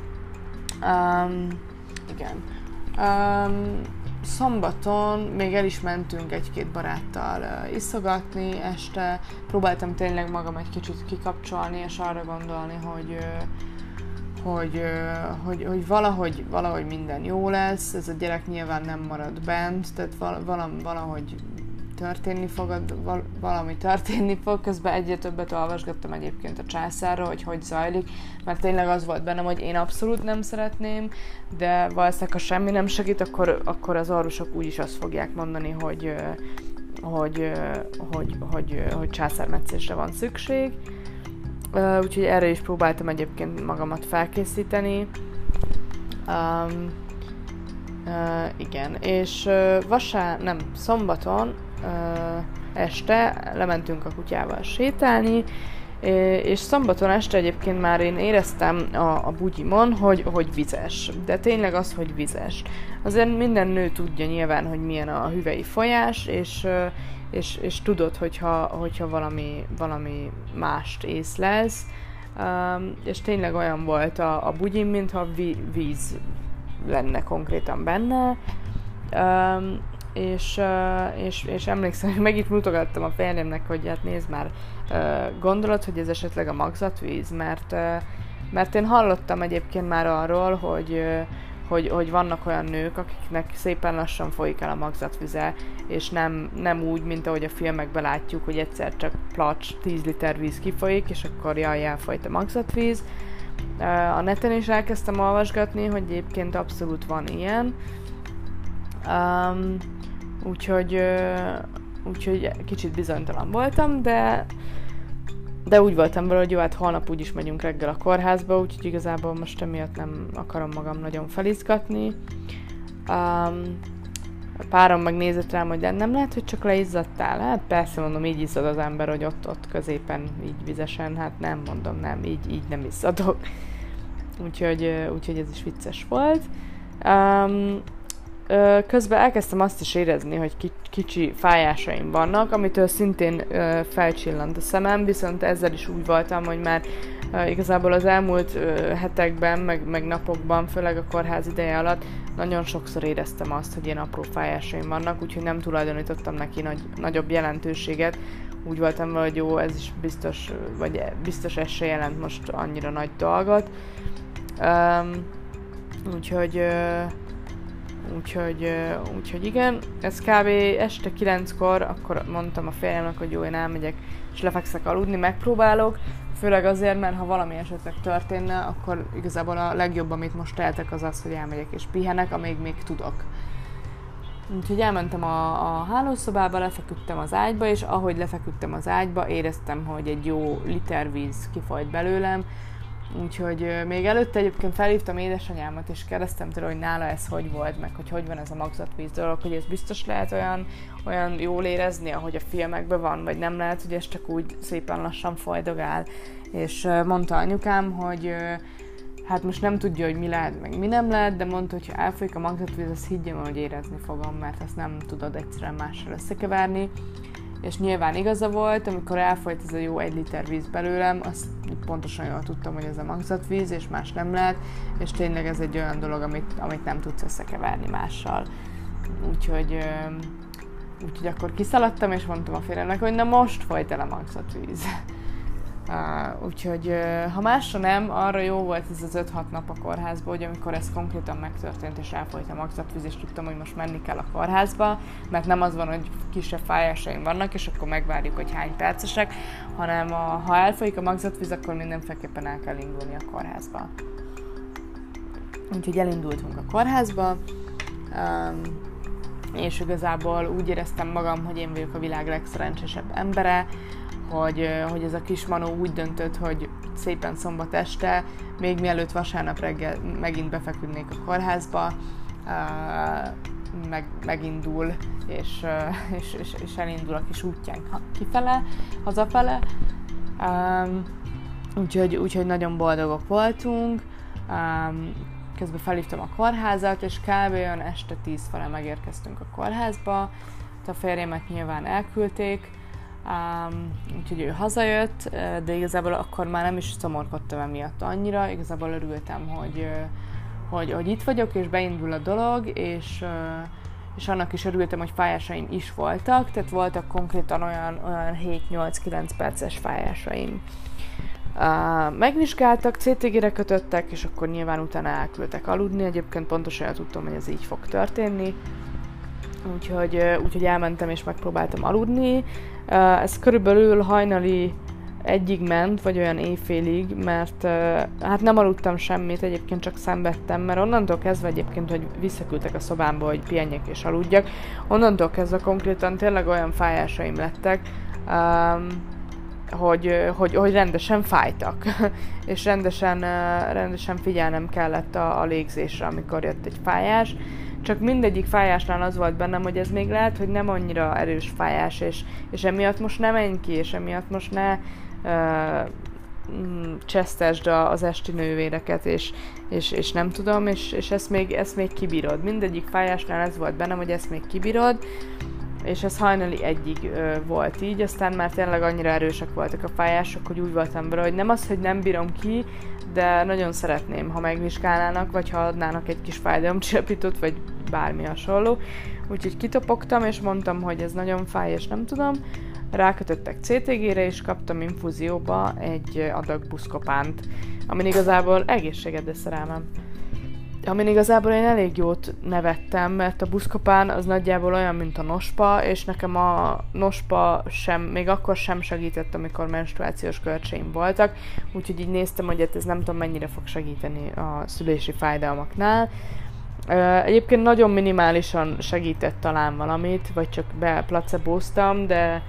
Um, igen. Um, Szombaton még el is mentünk egy-két baráttal uh, iszogatni este, próbáltam tényleg magam egy kicsit kikapcsolni, és arra gondolni, hogy, uh, hogy, uh, hogy, hogy valahogy, valahogy minden jó lesz, ez a gyerek nyilván nem marad bent, tehát val- valahogy történni fog, valami történni fog, közben egyre többet olvasgattam egyébként a császárra, hogy hogy zajlik, mert tényleg az volt bennem, hogy én abszolút nem szeretném, de valószínűleg ha semmi nem segít, akkor, akkor az orvosok úgyis azt fogják mondani, hogy, hogy, hogy, hogy, hogy császármetszésre van szükség. Úgyhogy erre is próbáltam egyébként magamat felkészíteni. Um, Uh, igen, és uh, vasár, nem, szombaton uh, este lementünk a kutyával sétálni, és szombaton este egyébként már én éreztem a, a bugyimon, hogy, hogy vizes, de tényleg az, hogy vizes. Azért minden nő tudja nyilván, hogy milyen a hüvei folyás, és, uh, és, és tudod, hogyha, hogyha valami, valami mást észlelsz, um, és tényleg olyan volt a, a bugyim, mintha víz lenne konkrétan benne, um, és, uh, és, és emlékszem, hogy meg itt mutogattam a férjemnek, hogy hát nézd már, uh, gondolod, hogy ez esetleg a magzatvíz, mert, uh, mert én hallottam egyébként már arról, hogy, uh, hogy, hogy vannak olyan nők, akiknek szépen lassan folyik el a magzatvize, és nem, nem úgy, mint ahogy a filmekben látjuk, hogy egyszer csak placs, tíz liter víz kifolyik, és akkor jaj, elfolyt a magzatvíz. A neten is elkezdtem olvasgatni, hogy egyébként abszolút van ilyen. Um, úgyhogy, uh, úgyhogy kicsit bizonytalan voltam, de, de úgy voltam vele, hogy jó, hát holnap úgyis megyünk reggel a kórházba, úgyhogy igazából most emiatt nem akarom magam nagyon felizgatni. Um, a párom megnézett rám, hogy nem lehet, hogy csak leizzadtál? Hát persze, mondom, így izzad az ember, hogy ott, ott középen így vizesen, hát nem, mondom, nem, így, így nem izzadok. Úgyhogy, úgyhogy ez is vicces volt. Um, közben elkezdtem azt is érezni, hogy kicsi fájásaim vannak, amitől szintén felcsillant a szemem, viszont ezzel is úgy voltam, hogy már igazából az elmúlt hetekben, meg, meg napokban, főleg a kórház ideje alatt nagyon sokszor éreztem azt, hogy ilyen apró fájásaim vannak, úgyhogy nem tulajdonítottam neki nagy, nagyobb jelentőséget. Úgy voltam vele, hogy jó, ez is biztos, vagy biztos ez se jelent most annyira nagy dolgot. Um, úgyhogy, uh, úgyhogy, uh, úgyhogy igen, ez kb. Este kilenckor, akkor mondtam a férjemnek, hogy jó, én elmegyek, és lefekszek aludni, megpróbálok, főleg azért, mert ha valami esetleg történne, akkor igazából a legjobb, amit most tehetek, az az, hogy elmegyek és pihenek, amíg még tudok. Úgyhogy elmentem a, a hálószobába, lefeküdtem az ágyba, és ahogy lefeküdtem az ágyba, éreztem, hogy egy jó liter víz kifolyt belőlem. Úgyhogy még előtte egyébként felhívtam édesanyámat, és kérdeztem tőle, hogy nála ez hogy volt, meg hogy hogy van ez a magzatvíz dolog, hogy ez biztos lehet olyan, olyan jól érezni, ahogy a filmekben van, vagy nem lehet, hogy ez csak úgy szépen lassan folydogál. És mondta anyukám, hogy hát most nem tudja, hogy mi lehet, meg mi nem lehet, de mondta, hogy ha elfolyik a magzatvíz, azt higgyem, hogy érezni fogom, mert azt nem tudod egyszerűen mással összekeverni. És nyilván igaza volt, amikor elfolyt ez a jó egy liter víz belőlem, azt pontosan jól tudtam, hogy ez a magzatvíz, és más nem lehet, és tényleg ez egy olyan dolog, amit, amit nem tudsz összekeverni mással. Úgyhogy, úgyhogy akkor kiszaladtam, és mondtam a férjemnek, hogy na most folyt el a magzatvíz. Uh, úgyhogy uh, ha másra nem, arra jó volt ez az öt-hat nap a kórházba, hogy amikor ez konkrétan megtörtént és elfolyt a magzatvíz, és tudtam, hogy most menni kell a kórházba, mert nem az van, hogy kisebb fájásaim vannak, és akkor megvárjuk, hogy hány percesek, hanem a, ha elfolyik a magzatvíz, akkor mindenféleképpen el kell indulni a kórházba. Úgyhogy elindultunk a kórházba, um, és igazából úgy éreztem magam, hogy én vagyok a világ legszerencsésebb embere, Hogy, hogy ez a kis manó úgy döntött, hogy szépen szombat este, még mielőtt vasárnap reggel megint befeküdnék a kórházba, meg, megindul, és, és, és, és elindul a kis útján kifele, hazafele. Úgyhogy, úgyhogy nagyon boldogok voltunk. Közben felhívtam a kórházat, és kb. Olyan este tíz fele megérkeztünk a kórházba. A férjemet nyilván elküldték, Um, úgyhogy ő hazajött, de igazából akkor már nem is szomorkodtam emiatt annyira, igazából örültem, hogy, hogy, hogy itt vagyok, és beindul a dolog, és, és annak is örültem, hogy fájásaim is voltak, tehát voltak konkrétan olyan, olyan hét-nyolc-kilenc perces fájásaim. Uh, megvizsgáltak, cé té gére kötöttek, és akkor nyilván utána elküldtek aludni, egyébként pontosan tudtam, hogy ez így fog történni. úgyhogy, úgyhogy elmentem és megpróbáltam aludni. Ez körülbelül hajnali egyig ment, vagy olyan éjfélig, mert hát nem aludtam semmit, egyébként csak szenvedtem, mert onnantól kezdve egyébként, hogy visszaküldtek a szobámba, hogy pihenjek és aludjak, onnantól kezdve konkrétan tényleg olyan fájásaim lettek, um, hogy, hogy, hogy rendesen fájtak, és rendesen, rendesen figyelnem kellett a, a légzésre, amikor jött egy fájás. Csak mindegyik fájásnál az volt bennem, hogy ez még lehet, hogy nem annyira erős fájás, és, és emiatt most ne menj ki, és emiatt most ne uh, csesztesd az esti nővéreket, és, és, és nem tudom, és, és ezt, még, ezt még kibírod. Mindegyik fájásnál ez volt bennem, hogy ezt még kibírod, és ez hajnali egyig ö, volt így, aztán már tényleg annyira erősek voltak a fájások, hogy úgy voltam vele, hogy nem az, hogy nem bírom ki, de nagyon szeretném, ha megvizsgálnának, vagy ha adnának egy kis fájdalomcsillapítót, vagy bármi hasonló. Úgyhogy kitopogtam, és mondtam, hogy ez nagyon fáj, és nem tudom. Rákötöttek cé té gére, és kaptam infúzióba egy adag buszkopánt, amin igazából egészséged, de szerelmem. Amin igazából én elég jót nevettem, mert a buszkopán az nagyjából olyan, mint a nospa, és nekem a nospa sem, még akkor sem segített, amikor menstruációs görcseim voltak, úgyhogy így néztem, hogy ez nem tudom mennyire fog segíteni a szülési fájdalmaknál. Egyébként nagyon minimálisan segített talán valamit, vagy csak beplacebóztam, de,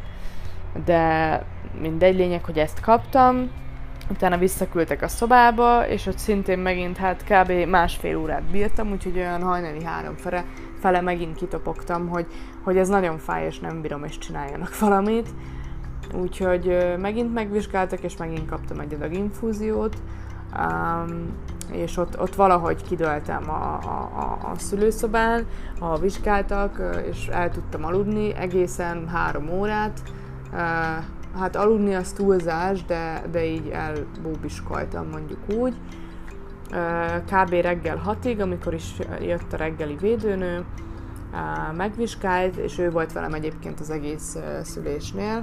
de mindegy, lényeg, hogy ezt kaptam. Utána visszaküldtek a szobába, és ott szintén megint hát kb. Másfél órát bírtam, úgyhogy olyan hajnali három fele, fele megint kitopogtam, hogy, hogy ez nagyon fáj, és nem bírom, és csináljanak valamit. Úgyhogy megint megvizsgáltak, és megint kaptam egy adag infúziót, um, és ott, ott valahogy kidőltem a, a, a, a szülőszobán, ahol vizsgáltak, és el tudtam aludni egészen három órát. Uh, Hát aludni az túlzás, de, de így elbóbiskoltam, mondjuk úgy. Kb. Reggel hatig, amikor is jött a reggeli védőnő, megvizsgált, és ő volt velem egyébként az egész szülésnél.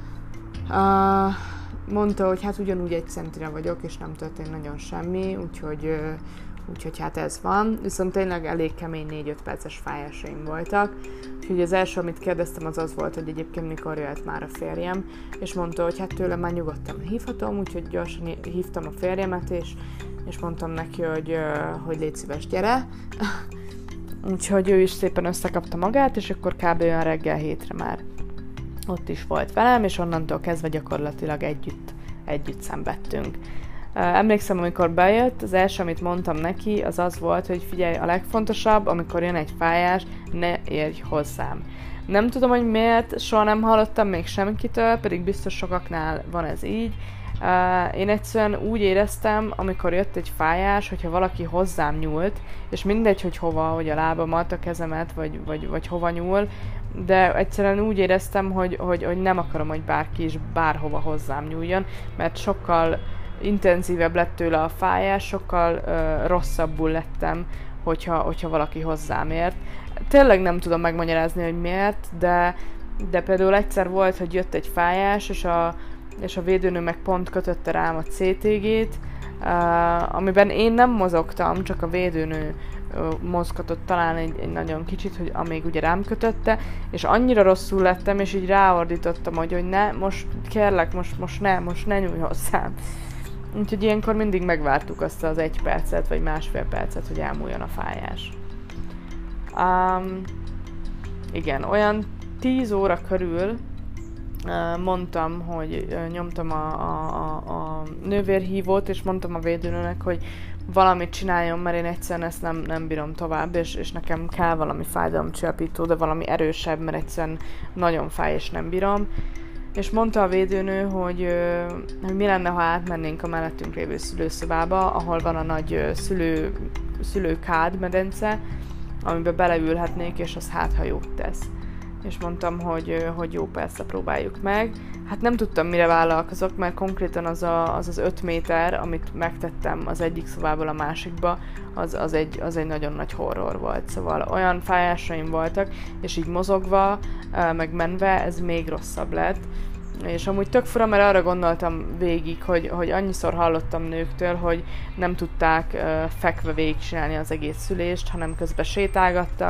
Mondta, hogy hát ugyanúgy egy centire vagyok, és nem történt nagyon semmi, úgyhogy, úgyhogy hát ez van. Viszont tényleg elég kemény négy-öt perces fájásaim voltak. Úgyhogy az első, amit kérdeztem, az az volt, hogy egyébként mikor jött már a férjem, és mondta, hogy hát tőlem már nyugodtan hívhatom, úgyhogy gyorsan hívtam a férjemet, és, és mondtam neki, hogy, hogy légy szíves, gyere. Úgyhogy ő is szépen összekapta magát, és akkor kb. Olyan reggel hétre már ott is volt velem, és onnantól kezdve gyakorlatilag együtt, együtt szenvedtünk. Emlékszem, amikor bejött, az első, amit mondtam neki, az az volt, hogy figyelj, a legfontosabb, amikor jön egy fájás, ne érj hozzám. Nem tudom, hogy miért, soha nem hallottam még senkitől, pedig biztos sokaknál van ez így. Én egyszerűen úgy éreztem, amikor jött egy fájás, hogyha valaki hozzám nyúlt, és mindegy, hogy hova, hogy a lábamat, a kezemet, vagy, vagy, vagy hova nyúl, de egyszerűen úgy éreztem, hogy, hogy, hogy nem akarom, hogy bárki is bárhova hozzám nyúljon, mert sokkal intenzívebb lett tőle a fájás, sokkal uh, rosszabbul lettem, hogyha, hogyha valaki hozzám ért. Tényleg nem tudom megmagyarázni, hogy miért, de, de például egyszer volt, hogy jött egy fájás, és a, és a védőnő meg pont kötötte rám a cé té gét, uh, amiben én nem mozogtam, csak a védőnő uh, mozgatott talán egy, egy nagyon kicsit, hogy amíg ugye rám kötötte, és annyira rosszul lettem, és így ráordítottam, hogy, hogy ne, most kérlek, most, most ne, most ne nyújj hozzám. Úgyhogy ilyenkor mindig megvártuk azt az egy percet, vagy másfél percet, hogy elmúljon a fájás. Um, igen, olyan tíz óra körül uh, mondtam, hogy uh, nyomtam a, a, a nővérhívót, és mondtam a védőnőnek, hogy valamit csináljon, mert én egyszerűen ezt nem, nem bírom tovább, és, és nekem kell valami fájdalomcsillapító, de valami erősebb, mert egyszerűen nagyon fáj, és nem bírom. És mondta a védőnő, hogy, hogy mi lenne, ha átmennénk a mellettünk lévő szülőszobába, ahol van a nagy szülő, szülőkád medence, amiben beleülhetnék, és az hát, ha jót tesz. És mondtam, hogy, hogy jó, persze, próbáljuk meg. Hát nem tudtam, mire vállalkozok, mert konkrétan az a, az, az öt méter, amit megtettem az egyik szobából a másikba, az, az, egy, az egy nagyon nagy horror volt. Szóval olyan fájásaim voltak, és így mozogva, meg menve, ez még rosszabb lett. És amúgy tök fura, mert arra gondoltam végig, hogy, hogy annyiszor hallottam nőktől, hogy nem tudták uh, fekve végigcsinálni az egész szülést, hanem közben sétálgattak,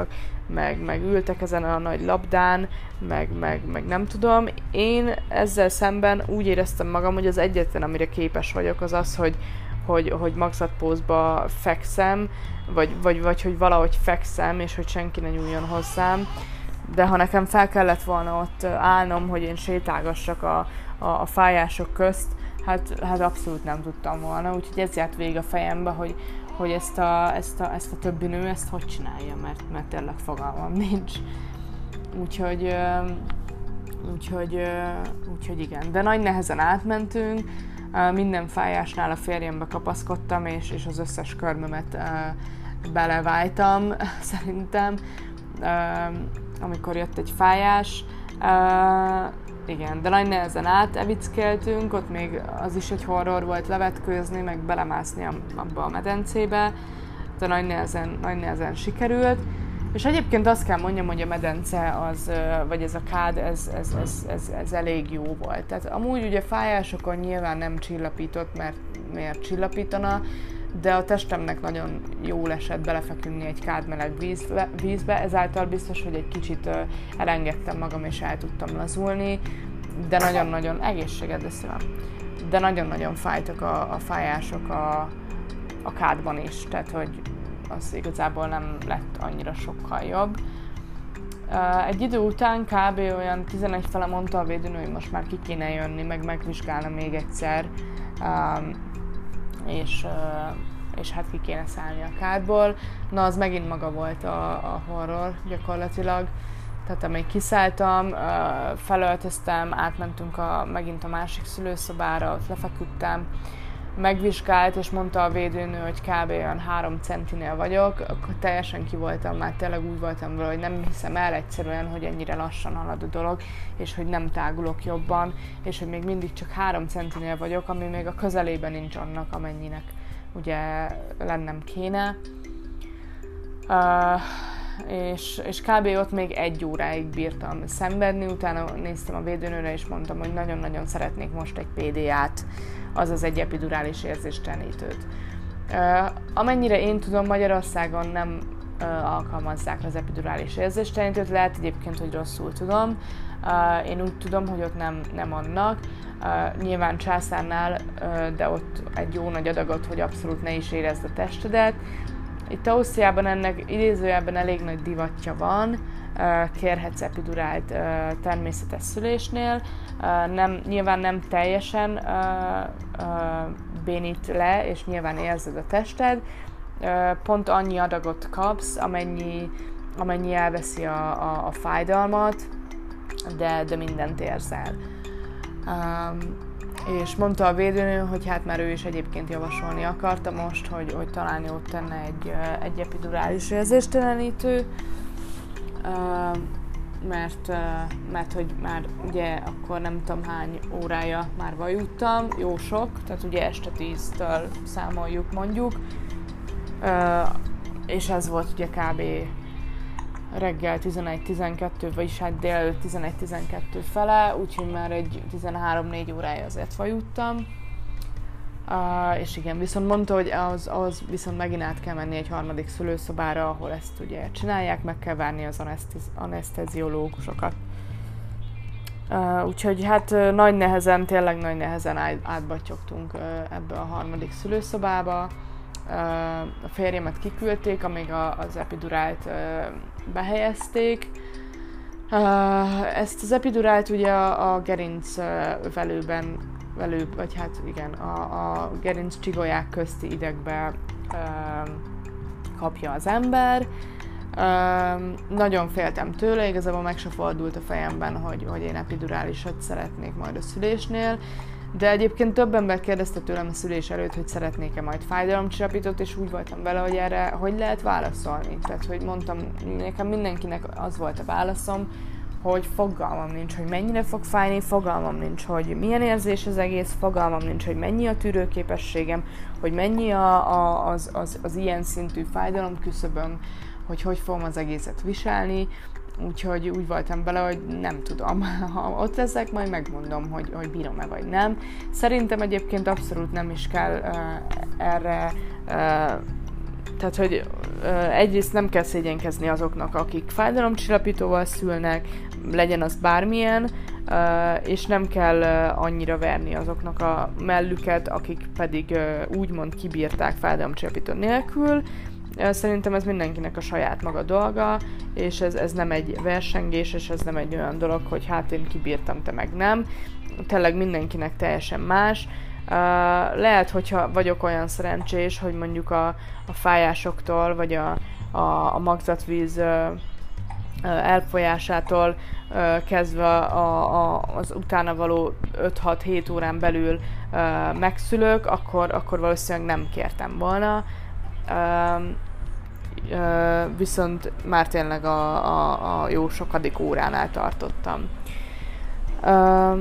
meg, meg ültek ezen a nagy labdán, meg, meg, meg nem tudom. Én ezzel szemben úgy éreztem magam, hogy az egyetlen, amire képes vagyok, az az, hogy, hogy, hogy magzatpózba fekszem, vagy, vagy, vagy hogy valahogy fekszem, és hogy senki ne nyúljon hozzám. De ha nekem fel kellett volna ott állnom, hogy én sétálgassak a, a, a fájások közt, hát, hát abszolút nem tudtam volna. Úgyhogy ez járt végig a fejembe, hogy, hogy ezt, a, ezt, a, ezt a többi nő ezt hogy csinálja, mert, mert tényleg fogalmam nincs. Úgyhogy, úgyhogy, úgyhogy igen. De nagy nehezen átmentünk, minden fájásnál a férjembe kapaszkodtam, és, és az összes körmömet belevájtam szerintem, amikor jött egy fájás. Igen, de nagy nehezen átevickeltünk, ott még az is egy horror volt levetkőzni, meg belemászni abba a medencébe, de nagy nehezen, nagy nehezen sikerült. És egyébként azt kell mondjam, hogy a medence, az, vagy ez a kád, ez, ez, ez, ez, ez elég jó volt. Tehát amúgy ugye fájásokon nyilván nem csillapított, mert miért csillapítana, de a testemnek nagyon jól esett belefeküdni egy kádmeleg vízbe, vízbe, ezáltal biztos, hogy egy kicsit elengedtem magam és el tudtam lazulni, de nagyon-nagyon egészséged össze, de nagyon-nagyon fájtak a, a fájások a, a kádban is, tehát hogy az igazából nem lett annyira sokkal jobb. Egy idő után kb. Olyan tizenegy fele mondta a védőnő, hogy most már ki kéne jönni, meg megvizsgálna még egyszer, és, és hát ki kéne szállni a kádból. Na, az megint maga volt a, a horror gyakorlatilag. Tehát amíg kiszálltam, felöltöztem, átmentünk a, megint a másik szülőszobára, ott lefeküdtem, megvizsgált, és mondta a védőnő, hogy kb. Olyan három centinél vagyok, akkor teljesen ki voltam, már tényleg úgy voltam vele, hogy nem hiszem el egyszerűen, hogy ennyire lassan halad a dolog, és hogy nem tágulok jobban, és hogy még mindig csak három centinél vagyok, ami még a közelében nincs annak, amennyinek ugye lennem kéne. Uh, és, és kb. Ott még egy óráig bírtam szenvedni, utána néztem a védőnőre, és mondtam, hogy nagyon-nagyon szeretnék most egy pé dé á-t, azaz egy epidurális érzéstelenítőt. Uh, amennyire én tudom, Magyarországon nem uh, alkalmazzák az epidurális érzéstelenítőt, lehet egyébként, hogy rosszul tudom. Uh, én úgy tudom, hogy ott nem, nem annak. Uh, nyilván császárnál, uh, de ott egy jó nagy adagot, hogy abszolút ne is érezd a testedet. Itt Ausztriában ennek idézőjelben elég nagy divatja van, kérhetsz epidurált természetes szülésnél, nem, nyilván nem teljesen bénít le, és nyilván érzed a tested, pont annyi adagot kapsz, amennyi, amennyi elveszi a, a, a fájdalmat, de, de mindent érzel. És mondta a védőnő, hogy hát már ő is egyébként javasolni akarta most, hogy, hogy talán jót tenne egy, egy epidurális érzéstelenítő, mert, mert hogy már ugye akkor nem tudom hány órája már vajudtam, jó sok, tehát ugye este tíztől számoljuk mondjuk, és ez volt ugye kb. Reggel tizenegy-tizenkettő, vagyis hát délelőtt tizenegy-tizenkettő fele, úgyhogy már egy tizenhárom-négy órája azért vajudtam. Uh, és igen, viszont mondta, hogy az, az viszont megint át kell menni egy harmadik szülőszobára, ahol ezt ugye csinálják, meg kell várni az anesztezi- aneszteziológusokat. Uh, úgyhogy hát uh, nagy nehezen, tényleg nagy nehezen át, átbattyogtunk uh, ebbe a harmadik szülőszobába. Uh, a férjemet kiküldték, amíg a, az epidurált uh, behelyezték. Uh, ezt az epidurált ugye a, a gerinc uh, velőben, velő, vagy hát igen, a, a gerinc csigolyák közti idegbe uh, kapja az ember. Uh, nagyon féltem tőle, igazából meg se fordult a fejemben, hogy, hogy én epidurálisat szeretnék majd a szülésnél. De egyébként több ember kérdezte tőlem a szülés előtt, hogy szeretnék-e majd fájdalomcsillapítót, és úgy voltam vele, hogy erre hogy lehet válaszolni. Tehát, hogy mondtam, nekem mindenkinek az volt a válaszom, hogy fogalmam nincs, hogy mennyire fog fájni, fogalmam nincs, hogy milyen érzés az egész, fogalmam nincs, hogy mennyi a tűrőképességem, hogy mennyi a, a, az, az, az ilyen szintű fájdalom küszöböm, hogy hogy fogom az egészet viselni. Úgyhogy úgy voltam bele, hogy nem tudom. Ha ott leszek, majd megmondom, hogy, hogy bírom-e vagy nem. Szerintem egyébként abszolút nem is kell uh, erre uh, tehát, hogy uh, egyrészt nem kell szégyenkezni azoknak, akik fájdalomcsillapítóval szülnek, legyen az bármilyen, uh, és nem kell uh, annyira verni azoknak a mellüket, akik pedig uh, úgymond kibírták fájdalomcsillapító nélkül. Uh, szerintem ez mindenkinek a saját maga dolga, és ez, ez nem egy versengés, és ez nem egy olyan dolog, hogy hát én kibírtam, te meg nem. Tényleg mindenkinek teljesen más. Uh, lehet, hogyha vagyok olyan szerencsés, hogy mondjuk a, a fájásoktól, vagy a, a, a magzatvíz uh, uh, elfolyásától uh, kezdve a, a, az utána való öt-hat-hét órán belül uh, megszülök, akkor, akkor valószínűleg nem kértem volna. Uh, uh, viszont már tényleg a, a, a jó sokadik óránál tartottam. Uh,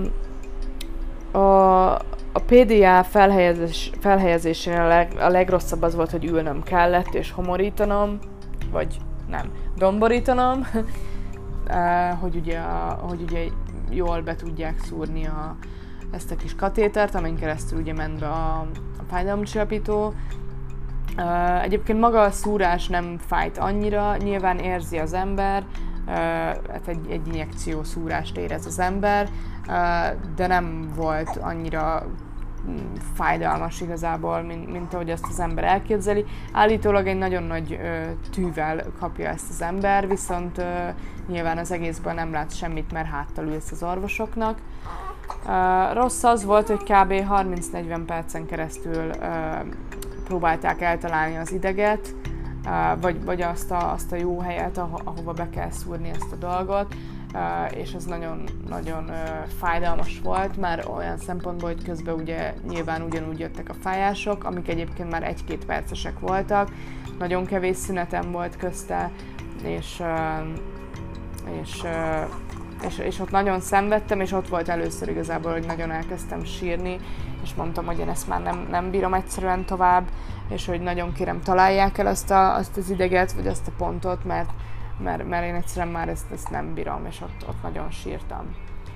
a A pé dé á felhelyezés, felhelyezésénél a, leg, a legrosszabb az volt, hogy ülnöm kellett, és homorítanom, vagy nem, domborítanom, hogy, ugye, hogy ugye jól be tudják szúrni a, ezt a kis katétert, amin keresztül ugye ment be a, a fájdalomcsillapító. Egyébként maga a szúrás nem fájt annyira, nyilván érzi az ember, hát egy, egy injekció szúrást érez az ember, de nem volt annyira fájdalmas igazából, mint, mint ahogy ezt az ember elképzeli. Állítólag egy nagyon nagy ö, tűvel kapja ezt az ember, viszont ö, nyilván az egészből nem lát semmit, mert háttal ülsz az orvosoknak. Ö, rossz az volt, hogy kb. harminc-negyven percen keresztül ö, próbálták eltalálni az ideget, ö, vagy, vagy azt, a, azt a jó helyet, aho- ahova be kell szúrni ezt a dolgot. Uh, és ez nagyon-nagyon uh, fájdalmas volt, már olyan szempontból, hogy közben ugye nyilván ugyanúgy jöttek a fájások, amik egyébként már egy-két percesek voltak, nagyon kevés szünetem volt közte, és, uh, és, uh, és, és ott nagyon szenvedtem, és ott volt először igazából, hogy nagyon elkezdtem sírni, és mondtam, hogy én ezt már nem, nem bírom egyszerűen tovább, és hogy nagyon kérem, találják el azt, a, azt az ideget, vagy azt a pontot, mert Mert, mert én egyszerűen már ezt, ezt nem bírom, és ott, ott nagyon sírtam.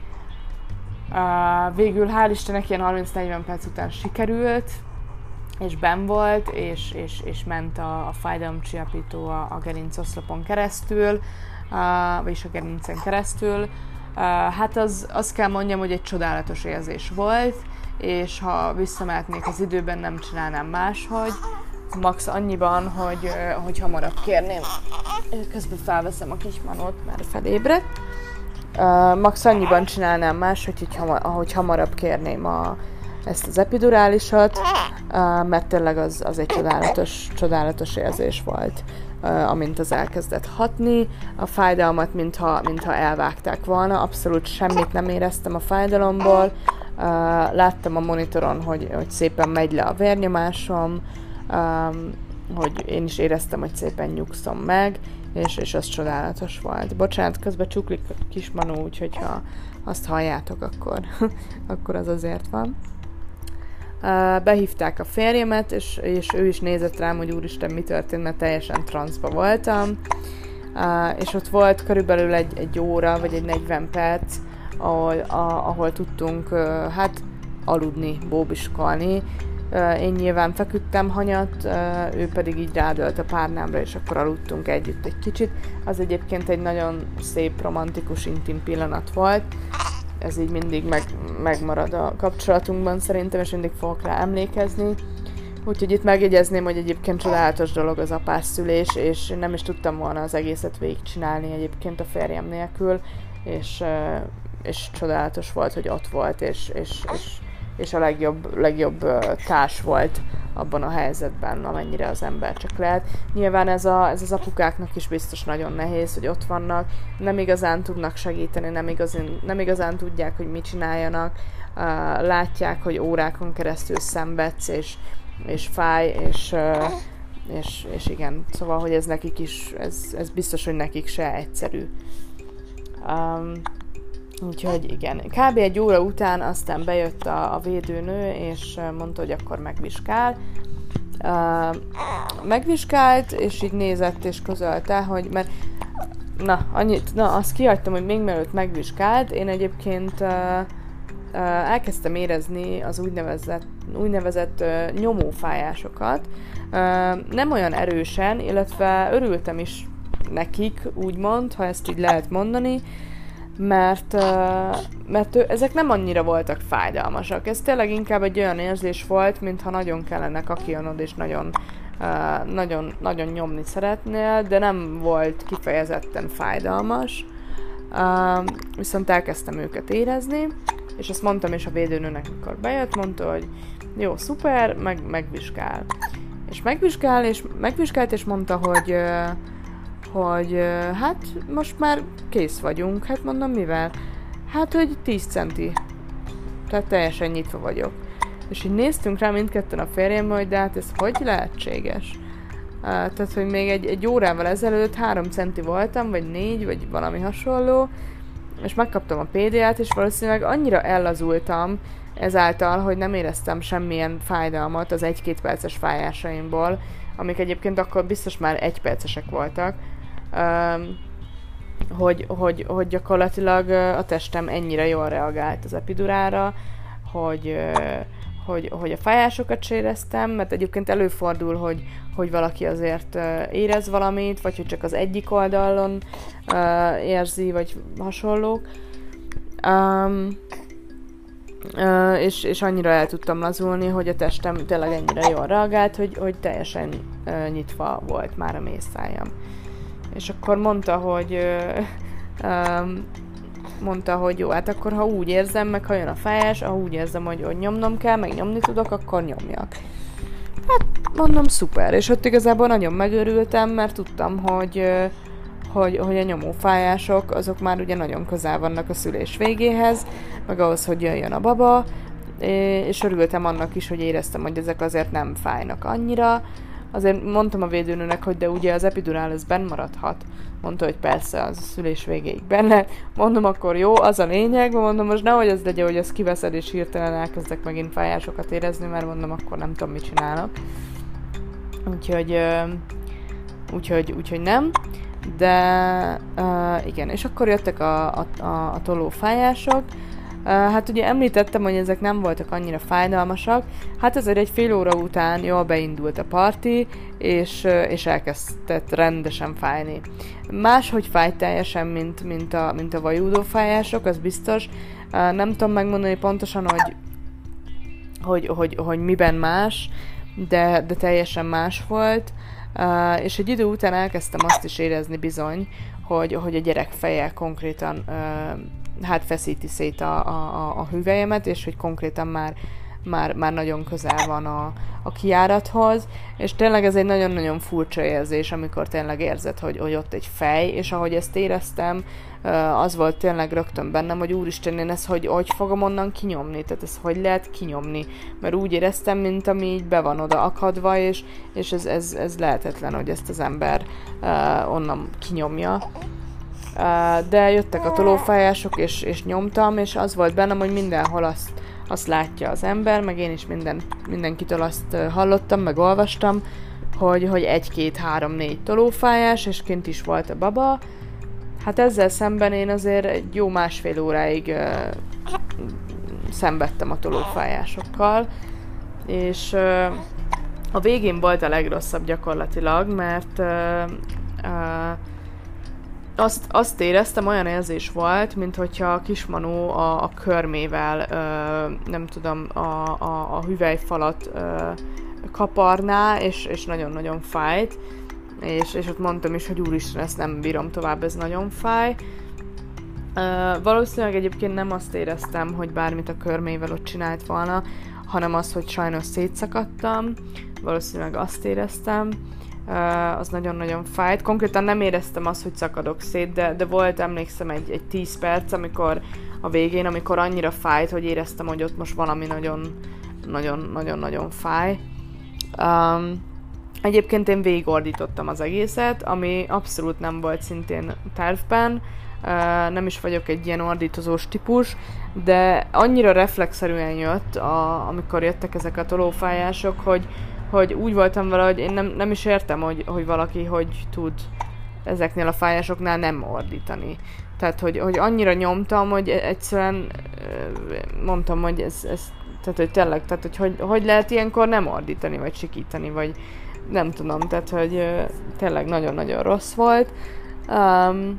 Uh, végül hál' Istennek ilyen harminc-negyven perc után sikerült, és benn volt, és, és, és ment a, a fájdalomcsillapító a, a gerincoszlopon keresztül, uh, vagyis a gerincen keresztül. Uh, hát az, azt kell mondjam, hogy egy csodálatos érzés volt, és ha visszamehetnék az időben, nem csinálnám máshogy. Max annyiban, hogy, hogy hamarabb kérném. Közben felveszem a kismanót, mert felébredt. Uh, max annyiban csinálnám más, hogy, hogy, hamar, hogy hamarabb kérném a, ezt az epidurálisat, uh, mert tényleg az, az egy csodálatos, csodálatos érzés volt, uh, amint az elkezdett hatni. A fájdalmat, mintha, mintha elvágták volna, abszolút semmit nem éreztem a fájdalomból. Uh, láttam a monitoron, hogy, hogy szépen megy le a vérnyomásom, Um, hogy én is éreztem, hogy szépen nyugszom meg, és, és az csodálatos volt. Bocsánat, közben csuklik a kis Manó, úgyhogy ha azt halljátok, akkor, akkor az azért van. Uh, behívták a férjemet, és, és ő is nézett rám, hogy úristen, mi történt, mert teljesen transzba voltam. Uh, és ott volt körülbelül egy, egy óra, vagy egy negyven perc, ahol, a, ahol tudtunk uh, hát aludni, bóbiskolni. Uh, én nyilván feküdtem hanyat, uh, ő pedig így rádölt a párnámra, és akkor aludtunk együtt egy kicsit. Az egyébként egy nagyon szép, romantikus, intim pillanat volt. Ez így mindig meg, megmarad a kapcsolatunkban szerintem, és mindig fogok rá emlékezni. Úgyhogy itt megjegyezném, hogy egyébként csodálatos dolog az apásszülés, és én nem is tudtam volna az egészet végigcsinálni egyébként a férjem nélkül, és, uh, és csodálatos volt, hogy ott volt, és, és, és és a legjobb, legjobb társ volt abban a helyzetben, amennyire az ember csak lehet. Nyilván ez, a, ez az apukáknak is biztos nagyon nehéz, hogy ott vannak, nem igazán tudnak segíteni, nem igazán, nem igazán tudják, hogy mit csináljanak, látják, hogy órákon keresztül szenvedsz, és, és fáj, és, és, és igen, szóval, hogy ez nekik is, ez, ez biztos, hogy nekik se egyszerű. Um, Úgyhogy igen, kb. Egy óra után aztán bejött a, a védőnő, és mondta, hogy akkor megvizsgál. Uh, megvizsgált, és így nézett, és közölte, hogy mert na, annyit, na, azt kihagytam, hogy még mielőtt megvizsgált, én egyébként uh, elkezdtem érezni az úgynevezett, úgynevezett nyomófájásokat. Nem olyan erősen, illetve örültem is nekik, úgymond, ha ezt így lehet mondani, mert, mert ezek nem annyira voltak fájdalmasak. Ez tényleg inkább egy olyan érzés volt, mintha nagyon kellene kakilnod, és nagyon, nagyon, nagyon nyomni szeretnél, de nem volt kifejezetten fájdalmas. Viszont elkezdtem őket érezni, és azt mondtam is a védőnőnek, amikor bejött, mondta, hogy jó, szuper, meg, megvizsgál. És megvizsgál, és megvizsgált, és mondta, hogy hogy hát most már kész vagyunk. Hát mondom, mivel? Hát, hogy tíz centi. Tehát teljesen nyitva vagyok. És így néztünk rá mindketten a férjemmel, hogy de hát ez hogy lehetséges? Uh, tehát, hogy még egy, egy órával ezelőtt három centi voltam, vagy négy, vagy valami hasonló, és megkaptam a pé dé á-t, és valószínűleg annyira ellazultam ezáltal, hogy nem éreztem semmilyen fájdalmat az egy-két perces fájásaimból, amik egyébként akkor biztos már egy percesek voltak, um, hogy, hogy, hogy gyakorlatilag a testem ennyire jól reagált az epidurára, hogy, hogy, hogy a fájásokat se éreztem, mert egyébként előfordul, hogy, hogy valaki azért érez valamit, vagy hogy csak az egyik oldalon uh, érzi, vagy hasonlók. Um, Uh, és, és annyira el tudtam lazulni, hogy a testem tényleg ennyire jól reagált, hogy, hogy teljesen uh, nyitva volt már a mészájam. És akkor mondta, hogy uh, um, mondta, hogy jó, hát akkor ha úgy érzem, meg ha jön a fájás, ha úgy érzem, hogy, hogy nyomnom kell, meg nyomni tudok, akkor nyomjak. Hát mondom, szuper, és ott igazából nagyon megőrültem, mert tudtam, hogy uh, Hogy, hogy a nyomófájások, azok már ugye nagyon közel vannak a szülés végéhez, meg ahhoz, hogy jöjjön a baba, és örültem annak is, hogy éreztem, hogy ezek azért nem fájnak annyira. Azért mondtam a védőnőnek, hogy de ugye az epidurál ez benn maradhat. Mondta, hogy persze, az a szülés végéig benne. Mondom, akkor jó, az a lényeg, mondom, most nehogy az legyen, hogy azt kiveszed, és hirtelen elkezdek megint fájásokat érezni, mert mondom, akkor nem tudom, mit csinálok. Úgyhogy, úgyhogy, úgyhogy nem. De uh, igen, és akkor jöttek a, a, a, a tolófájások. Uh, hát ugye említettem, hogy ezek nem voltak annyira fájdalmasak, hát azért egy fél óra után jól beindult a parti, és, uh, és elkezdett rendesen fájni. Máshogy fájt teljesen, mint, mint, a, mint a vajúdó fájások, az biztos. Uh, nem tudom megmondani pontosan, hogy, hogy, hogy, hogy miben más, de, de teljesen más volt. Uh, és egy idő után elkezdtem azt is érezni bizony, hogy, hogy a gyerek feje konkrétan uh, hát feszíti szét a, a, a hüvelyemet, és hogy konkrétan már, már, már nagyon közel van a, a kijárathoz, és tényleg ez egy nagyon-nagyon furcsa érzés, amikor tényleg érzed, hogy, hogy ott egy fej, és ahogy ezt éreztem, az volt tényleg rögtön bennem, hogy úristen, én ezt hogy, hogy fogom onnan kinyomni, tehát ezt hogy lehet kinyomni, mert úgy éreztem, mint ami így be van oda akadva, és, és ez, ez, ez lehetetlen, hogy ezt az ember uh, onnan kinyomja. Uh, de jöttek a tolófájások, és, és nyomtam, és az volt bennem, hogy mindenhol azt, azt látja az ember, meg én is minden, mindenkitől azt hallottam, meg olvastam, hogy, hogy egy, két, három, négy tolófájás, és kint is volt a baba. Hát ezzel szemben én azért egy jó másfél óráig uh, szenvedtem a tolófájásokkal, és uh, a végén volt a legrosszabb gyakorlatilag, mert uh, uh, azt, azt éreztem, olyan érzés volt, mint hogyha a kismanó a, a körmével, uh, nem tudom, a, a, a hüvelyfalat uh, kaparná, és, és nagyon-nagyon fájt. És, és ott mondtam is, hogy úristen, ezt nem bírom tovább, ez nagyon fáj. Uh, valószínűleg egyébként nem azt éreztem, hogy bármit a körmével ott csinált volna, hanem azt, hogy sajnos szétszakadtam. Valószínűleg azt éreztem. Uh, az nagyon-nagyon fájt. Konkrétan nem éreztem azt, hogy szakadok szét, de, de volt, emlékszem, egy, egy tíz perc, amikor a végén, amikor annyira fájt, hogy éreztem, hogy ott most valami nagyon-nagyon-nagyon fáj. Um, Egyébként én végigordítottam az egészet, ami abszolút nem volt szintén tervben, nem is vagyok egy ilyen ordítozós típus, de annyira reflexzerűen jött, a, amikor jöttek ezek a tolófájások, hogy, hogy úgy voltam vele, hogy én nem, nem is értem, hogy, hogy valaki hogy tud ezeknél a fájásoknál nem ordítani. Tehát, hogy, hogy annyira nyomtam, hogy egyszerűen mondtam, hogy ez, ez tehát, hogy tényleg, tehát, hogy, hogy hogy lehet ilyenkor nem ordítani, vagy sikítani, vagy nem tudom, tehát, hogy tényleg nagyon-nagyon rossz volt. Um,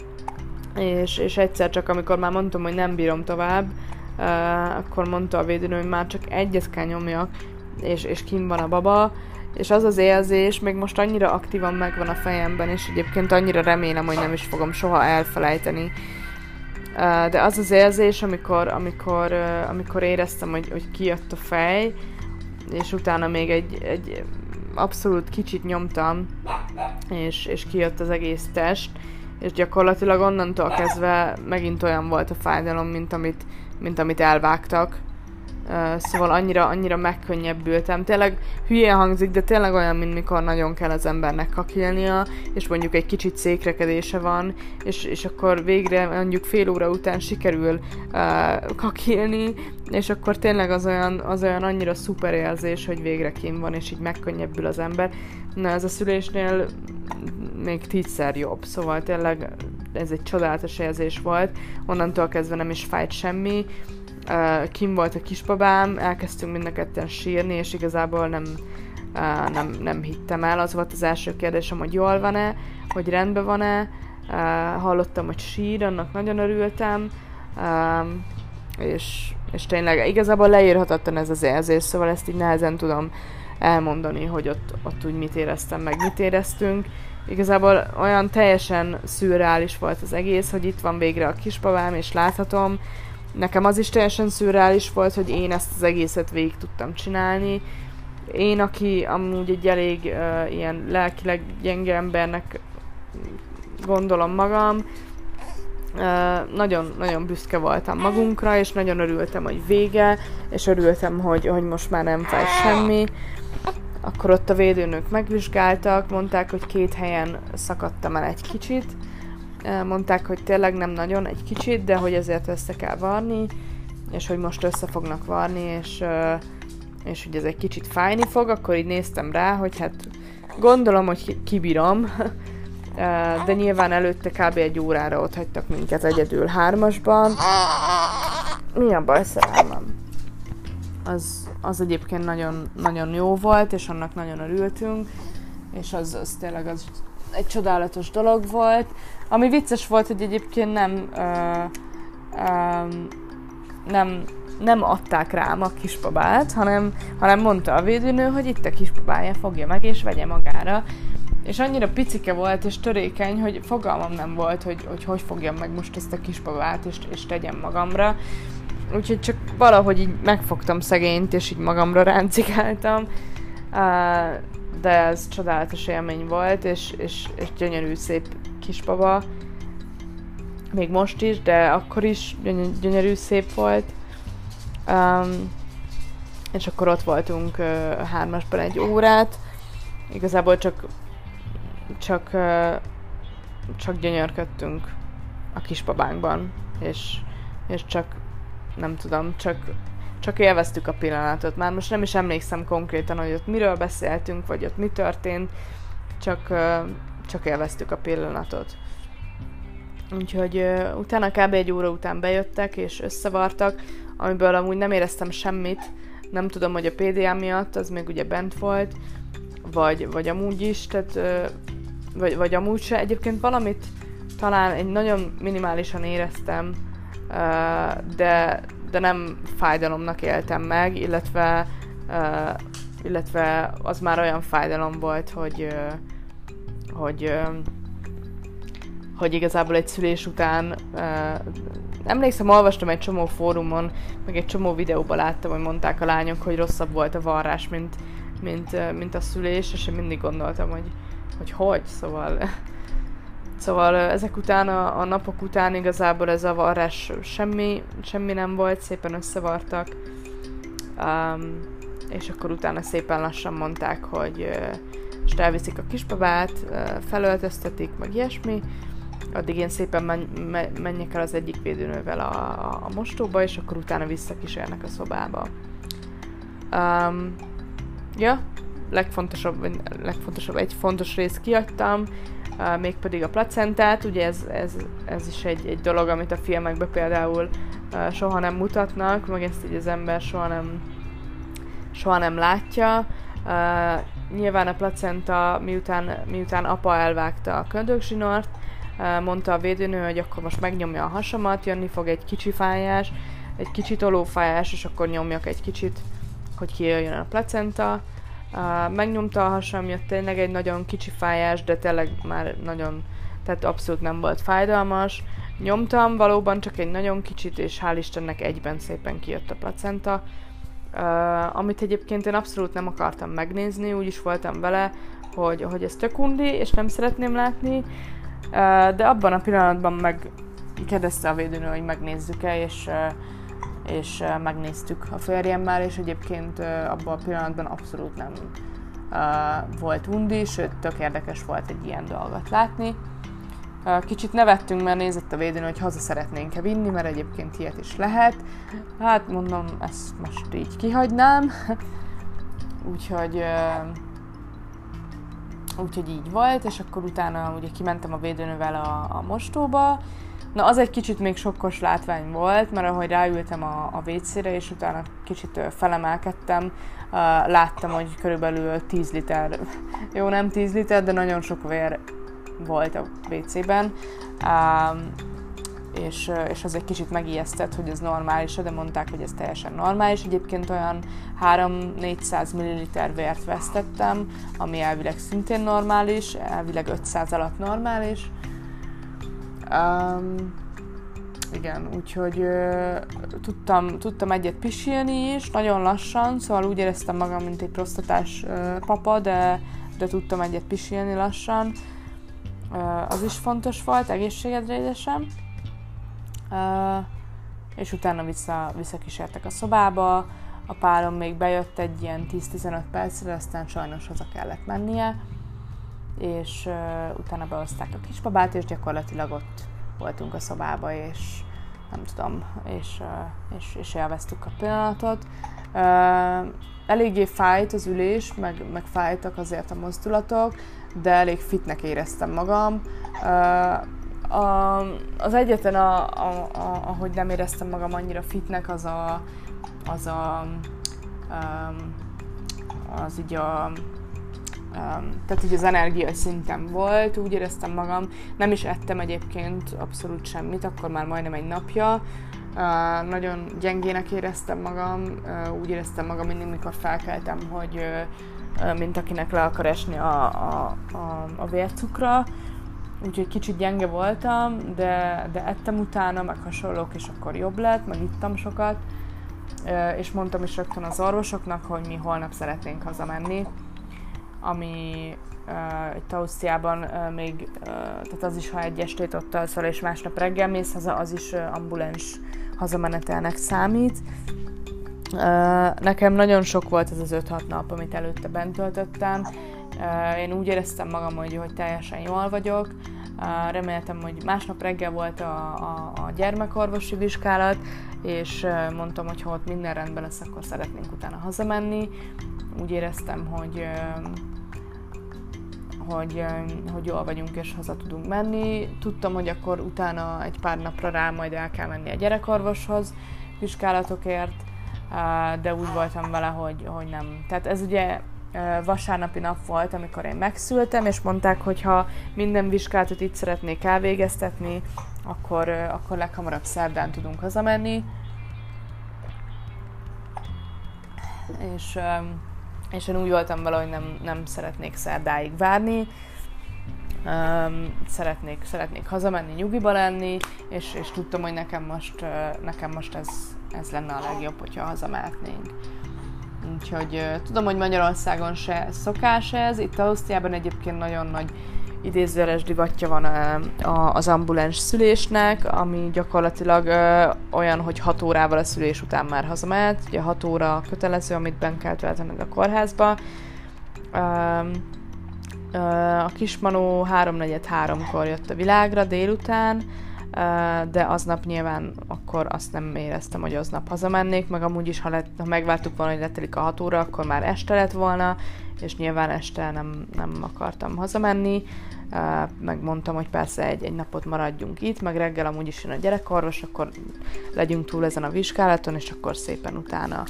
és, és egyszer csak, amikor már mondtam, hogy nem bírom tovább, uh, akkor mondta a védőnő, hogy már csak egyet kell nyomjak, és, és kint van a baba, és az az érzés még most annyira aktívan megvan a fejemben, és egyébként annyira remélem, hogy nem is fogom soha elfelejteni. Uh, de az az érzés, amikor, amikor, uh, amikor éreztem, hogy, hogy kijött a fej, és utána még egy, egy abszolút kicsit nyomtam, és, és kijött az egész test, és gyakorlatilag onnantól kezdve megint olyan volt a fájdalom, mint amit, mint amit elvágtak. Uh, szóval annyira, annyira megkönnyebbültem. Tényleg hülyén hangzik, de tényleg olyan, mint mikor nagyon kell az embernek kakilnia, és mondjuk egy kicsit székrekedése van, és, és akkor végre mondjuk fél óra után sikerül uh, kakilni, és akkor tényleg az olyan, az olyan annyira szuper érzés, hogy végre kim van, és így megkönnyebbül az ember. Na, ez a szülésnél még tízszer jobb, szóval tényleg ez egy csodálatos érzés volt. Onnantól kezdve nem is fájt semmi. Uh, kim volt a kisbabám, elkezdtünk mind a ketten sírni, és igazából nem, uh, nem, nem hittem el. Az volt az első kérdésem, hogy jól van-e, hogy rendben van-e. Uh, hallottam, hogy sír, annak nagyon örültem. Uh, és, és tényleg igazából leírhatatlan ez az érzés, szóval ezt így nehezen tudom elmondani, hogy ott, ott úgy mit éreztem, meg mit éreztünk. Igazából olyan teljesen szürreális volt az egész, hogy itt van végre a kisbabám, és láthatom. Nekem az is teljesen szürreális volt, hogy én ezt az egészet végig tudtam csinálni. Én, aki amúgy egy elég uh, ilyen lelkileg gyenge embernek gondolom magam, uh, nagyon, nagyon büszke voltam magunkra, és nagyon örültem, hogy vége, és örültem, hogy, hogy most már nem fáj semmi. Akkor ott a védőnők megvizsgáltak, mondták, hogy két helyen szakadtam el egy kicsit. Mondták, hogy tényleg nem nagyon, egy kicsit, de hogy ezért össze kell varni, és hogy most össze fognak varni, és, és hogy ez egy kicsit fájni fog. Akkor így néztem rá, hogy hát gondolom, hogy kibírom, de nyilván előtte kb. Egy órára ott hagytak minket egyedül hármasban. Mi a baj, szerelmem? Az, az egyébként nagyon, nagyon jó volt, és annak nagyon örültünk, és az, az tényleg az egy csodálatos dolog volt. Ami vicces volt, hogy egyébként nem, ö, ö, nem, nem adták rám a kisbabát, hanem, hanem mondta a védőnő, hogy itt a kisbabája, fogja meg és vegye magára. És annyira picike volt és törékeny, hogy fogalmam nem volt, hogy hogy, hogy fogjam meg most ezt a kisbabát, és, és tegyem magamra. Úgyhogy csak valahogy így megfogtam szegényt, és így magamra ráncikáltam. Uh, de ez csodálatos élmény volt, és, és, és gyönyörű, szép kisbaba. Még most is, de akkor is gyönyörű, szép volt. Um, és akkor ott voltunk uh, hármasban egy órát. Igazából csak, csak, uh, csak gyönyörködtünk a kisbabánkban, és, és csak, nem tudom, csak Csak élveztük a pillanatot. Már most nem is emlékszem konkrétan, hogy ott miről beszéltünk, vagy ott mi történt, csak, csak élveztük a pillanatot. Úgyhogy utána kb. Egy óra után bejöttek és összevartak, amiből amúgy nem éreztem semmit. Nem tudom, hogy a pé dé á miatt az még ugye bent volt, vagy, vagy amúgy is, tehát, vagy, vagy amúgy se. Egyébként valamit talán egy nagyon minimálisan éreztem, de de nem fájdalomnak éltem meg, illetve, uh, illetve az már olyan fájdalom volt, hogy, uh, hogy, uh, hogy igazából egy szülés után, uh, emlékszem, olvastam egy csomó fórumon, meg egy csomó videóban láttam, hogy mondták a lányok, hogy rosszabb volt a varrás, mint, mint, uh, mint a szülés, és én mindig gondoltam, hogy hogy, hogy? Szóval... Szóval ezek után, a, a napok után igazából ez a varrás semmi, semmi nem volt, szépen összevartak, um, és akkor utána szépen lassan mondták, hogy uh, most elviszik a kisbabát, uh, felöltöztetik, meg ilyesmi, addig én szépen men- me- menjek el az egyik védőnővel a, a, a mostóba, és akkor utána visszakísérnek a szobába. Um, ja, legfontosabb, vagy legfontosabb, egy fontos részt kiadtam, uh, mégpedig a placentát. Ugye ez, ez, ez is egy, egy dolog, amit a filmekben például uh, soha nem mutatnak, meg ezt így az ember soha nem, soha nem látja. Uh, nyilván a placenta, miután, miután apa elvágta a köldögzsinort, uh, mondta a védőnő, hogy akkor most megnyomja a hasamat, jönni fog egy kicsi fájás, egy kicsi tolófájás, és akkor nyomjak egy kicsit, hogy kijöjjön a placenta. Uh, megnyomta a hasam, jött tényleg egy nagyon kicsi fájás, de tényleg már nagyon, tehát abszolút nem volt fájdalmas. Nyomtam valóban csak egy nagyon kicsit, és hál' Istennek egyben szépen kijött a placenta. Uh, amit egyébként én abszolút nem akartam megnézni, úgy is voltam vele, hogy, hogy ez tök undi, és nem szeretném látni, uh, de abban a pillanatban megkérdezte a védőnő, hogy megnézzük-e, és, uh, és uh, megnéztük a férjemmel, és egyébként uh, abban a pillanatban abszolút nem uh, volt undi, sőt tök érdekes volt egy ilyen dolgot látni. Kicsit nevettünk, mert nézett a védőnő, hogy haza szeretnénk-e vinni, mert egyébként ilyet is lehet. Hát mondom, ezt most így kihagynám. úgyhogy, úgyhogy így volt, és akkor utána ugye kimentem a védőnővel a, a mostóba. Na, az egy kicsit még sokkos látvány volt, mert ahogy ráültem a, a vécére, és utána kicsit felemelkedtem, láttam, hogy körülbelül tíz liter, jó, nem tíz liter, de nagyon sok vér volt a vécében, um, és, és az egy kicsit megijesztett, hogy ez normális, de mondták, hogy ez teljesen normális. Egyébként olyan három-négyszáz milliliter vért vesztettem, ami elvileg szintén normális, elvileg ötszáz alatt normális. Um, igen, úgyhogy uh, tudtam, tudtam egyet pisilni is, nagyon lassan, szóval úgy éreztem magam, mint egy prostatás uh, papa, de, de tudtam egyet pisilni lassan. Uh, az is fontos volt, egészségedre édesem. Uh, és utána vissza, visszakísértek a szobába, a párom még bejött egy ilyen tíz-tizenöt percre, aztán sajnos haza kellett mennie, és uh, utána behozták a kisbabát, és gyakorlatilag ott voltunk a szobába, és nem tudom, és, uh, és, és élveztük a pillanatot. Uh, eléggé fájt az ülés, meg, meg fájtak azért a mozdulatok, de elég fitnek éreztem magam. Uh, a, az egyetlen, a, a, a, ahogy nem éreztem magam annyira fitnek, az a, az, a, um, az így a, um, tehát így az energia szinten volt, úgy éreztem magam. Nem is ettem egyébként abszolút semmit, akkor már majdnem egy napja. Uh, nagyon gyengének éreztem magam, uh, úgy éreztem magam mindig, mikor felkeltem, hogy uh, mint akinek le akar esni a, a, a, a vércukra. Úgyhogy kicsit gyenge voltam, de, de ettem utána, meg hasonlók, és akkor jobb lett, meg ittam sokat. Uh, és mondtam is rögtön az orvosoknak, hogy mi holnap szeretnénk hazamenni, ami uh, itt Ausztriában uh, még, uh, tehát az is, ha egy estét ott alszol, és másnap reggel mész haza, az is uh, ambuláns hazamenetelnek számít. Uh, nekem nagyon sok volt ez az öt-hat nap, amit előtte bent töltöttem. Uh, én úgy éreztem magam, hogy, hogy teljesen jól vagyok. Uh, reméltem, hogy másnap reggel volt a, a, a gyermekorvosi vizsgálat, és uh, mondtam, hogy ha ott minden rendben lesz, akkor szeretnénk utána hazamenni. Úgy éreztem, hogy, uh, hogy, uh, hogy jól vagyunk és haza tudunk menni. Tudtam, hogy akkor utána egy pár napra rá majd el kell menni a gyerekorvoshoz vizsgálatokért, uh, de úgy voltam vele, hogy, hogy nem. Tehát ez ugye vasárnapi nap volt, amikor én megszültem, és mondták, hogy ha minden vizsgálatot itt szeretnék elvégeztetni, akkor, akkor leghamarabb szerdán tudunk hazamenni. És, és én úgy voltam vele, hogy nem, nem szeretnék szerdáig várni. Szeretnék, szeretnék hazamenni, nyugiba lenni, és, és tudtam, hogy nekem most, nekem most ez, ez lenne a legjobb, hogyha hazamehetnénk. Úgyhogy uh, tudom, hogy Magyarországon se szokás ez, itt Ausztriában egyébként nagyon nagy idézőjeles divatja van uh, az ambuláns szülésnek, ami gyakorlatilag uh, olyan, hogy hat órával a szülés után már hazamehet, ugye hat óra kötelező, amit benn kell töltened a kórházba. Uh, uh, a kismanó háromnegyed háromkor jött a világra délután, de aznap nyilván akkor azt nem éreztem, hogy aznap hazamennék, meg amúgy is, ha, lett, ha megvártuk volna, hogy letelik a hat óra, akkor már este lett volna, és nyilván este nem, nem akartam hazamenni, meg mondtam, hogy persze egy, egy napot maradjunk itt, meg reggel amúgy is jön a gyerekorvos, akkor legyünk túl ezen a vizsgálaton, és akkor szépen utána.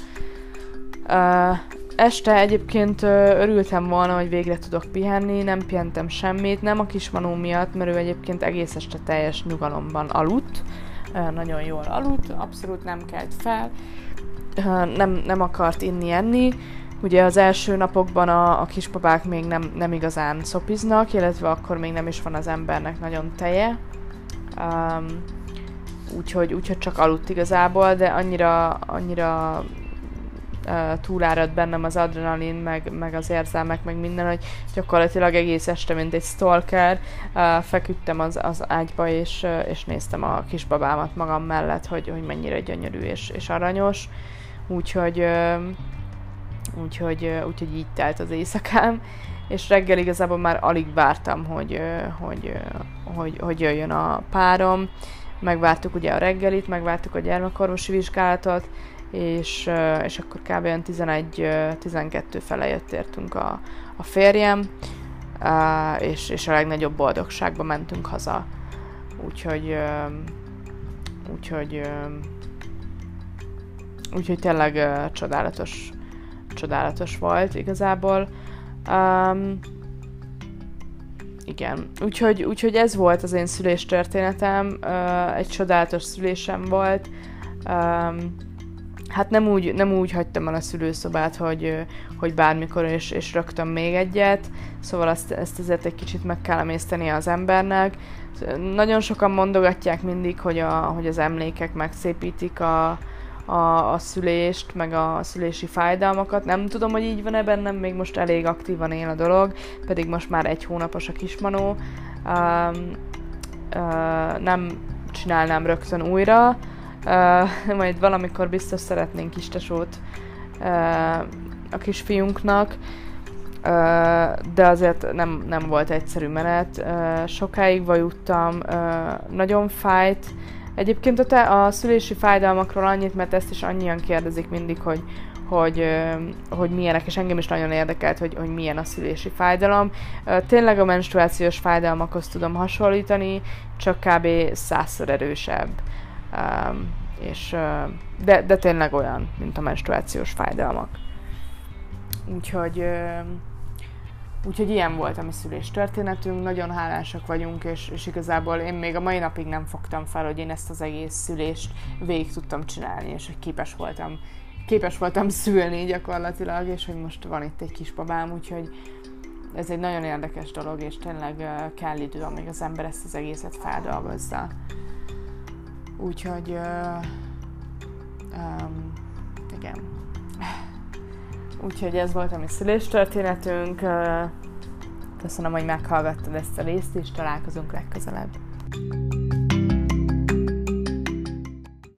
Este egyébként örültem volna, hogy végre tudok pihenni, nem pihentem semmit, nem a kismanó miatt, mert ő egyébként egész este teljes nyugalomban aludt, nagyon jól aludt, abszolút nem kelt fel, nem, nem akart inni-enni. Ugye az első napokban a, a kisbabák még nem, nem igazán szopiznak, illetve akkor még nem is van az embernek nagyon teje, um, úgyhogy, úgyhogy csak aludt igazából, de annyira, annyira Uh, túláradt bennem az adrenalin, meg, meg az érzelmek, meg minden, hogy gyakorlatilag egész este, mint egy stalker, uh, feküdtem az, az ágyba, és, uh, és néztem a kisbabámat magam mellett, hogy, hogy mennyire gyönyörű és, és aranyos. Úgyhogy, uh, úgyhogy, uh, úgyhogy így telt az éjszakám, és reggel igazából már alig vártam, hogy, uh, hogy, uh, hogy, hogy jöjjön a párom. Megvártuk ugye a reggelit, megvártuk a gyermekorvosi vizsgálatot, és, és akkor kb. Olyan tizenegy-tizenkettő fele jött értünk a, a férjem, és, és a legnagyobb boldogságba mentünk haza. Úgyhogy, úgyhogy, úgyhogy tényleg csodálatos, csodálatos volt igazából. Um, igen, úgyhogy, úgyhogy ez volt az én szüléstörténetem, uh, egy csodálatos szülésem volt. Um, Hát nem úgy, nem úgy hagytam el a szülőszobát, hogy, hogy bármikor és, és rögtön még egyet, szóval azt, ezt azért egy kicsit meg kell emészteni az embernek. Nagyon sokan mondogatják mindig, hogy, a, hogy az emlékek megszépítik a, a, a szülést, meg a szülési fájdalmakat. Nem tudom, hogy így van-e bennem, még most elég aktívan él a dolog, pedig most már egy hónapos a kismanó. Um, uh, nem csinálnám rögtön újra, Uh, majd valamikor biztos szeretnénk kistesót uh, a kisfiunknak, uh, de azért nem, nem volt egyszerű menet. Uh, sokáig vajudtam, uh, nagyon fájt. Egyébként a, te, a szülési fájdalmakról annyit, mert ezt is annyian kérdezik mindig, hogy, hogy, uh, hogy milyenek, és engem is nagyon érdekelt, hogy, hogy milyen a szülési fájdalom. Uh, tényleg a menstruációs fájdalmakhoz tudom hasonlítani, csak kb. százszor erősebb. Um, és, uh, de, de tényleg olyan, mint a menstruációs fájdalmak. Úgyhogy, uh, úgyhogy ilyen volt a mi szülés történetünk, nagyon hálásak vagyunk, és, és igazából én még a mai napig nem fogtam fel, hogy én ezt az egész szülést végig tudtam csinálni, és hogy képes voltam, képes voltam szülni gyakorlatilag, és hogy most van itt egy kisbabám, úgyhogy ez egy nagyon érdekes dolog, és tényleg uh, kell idő, amíg az ember ezt az egészet feldolgozza. Úgyhogy, uh, um, igen. Úgyhogy ez volt a mi szüléstörténetünk. Uh, köszönöm, hogy meghallgattad ezt a részt, és találkozunk legközelebb.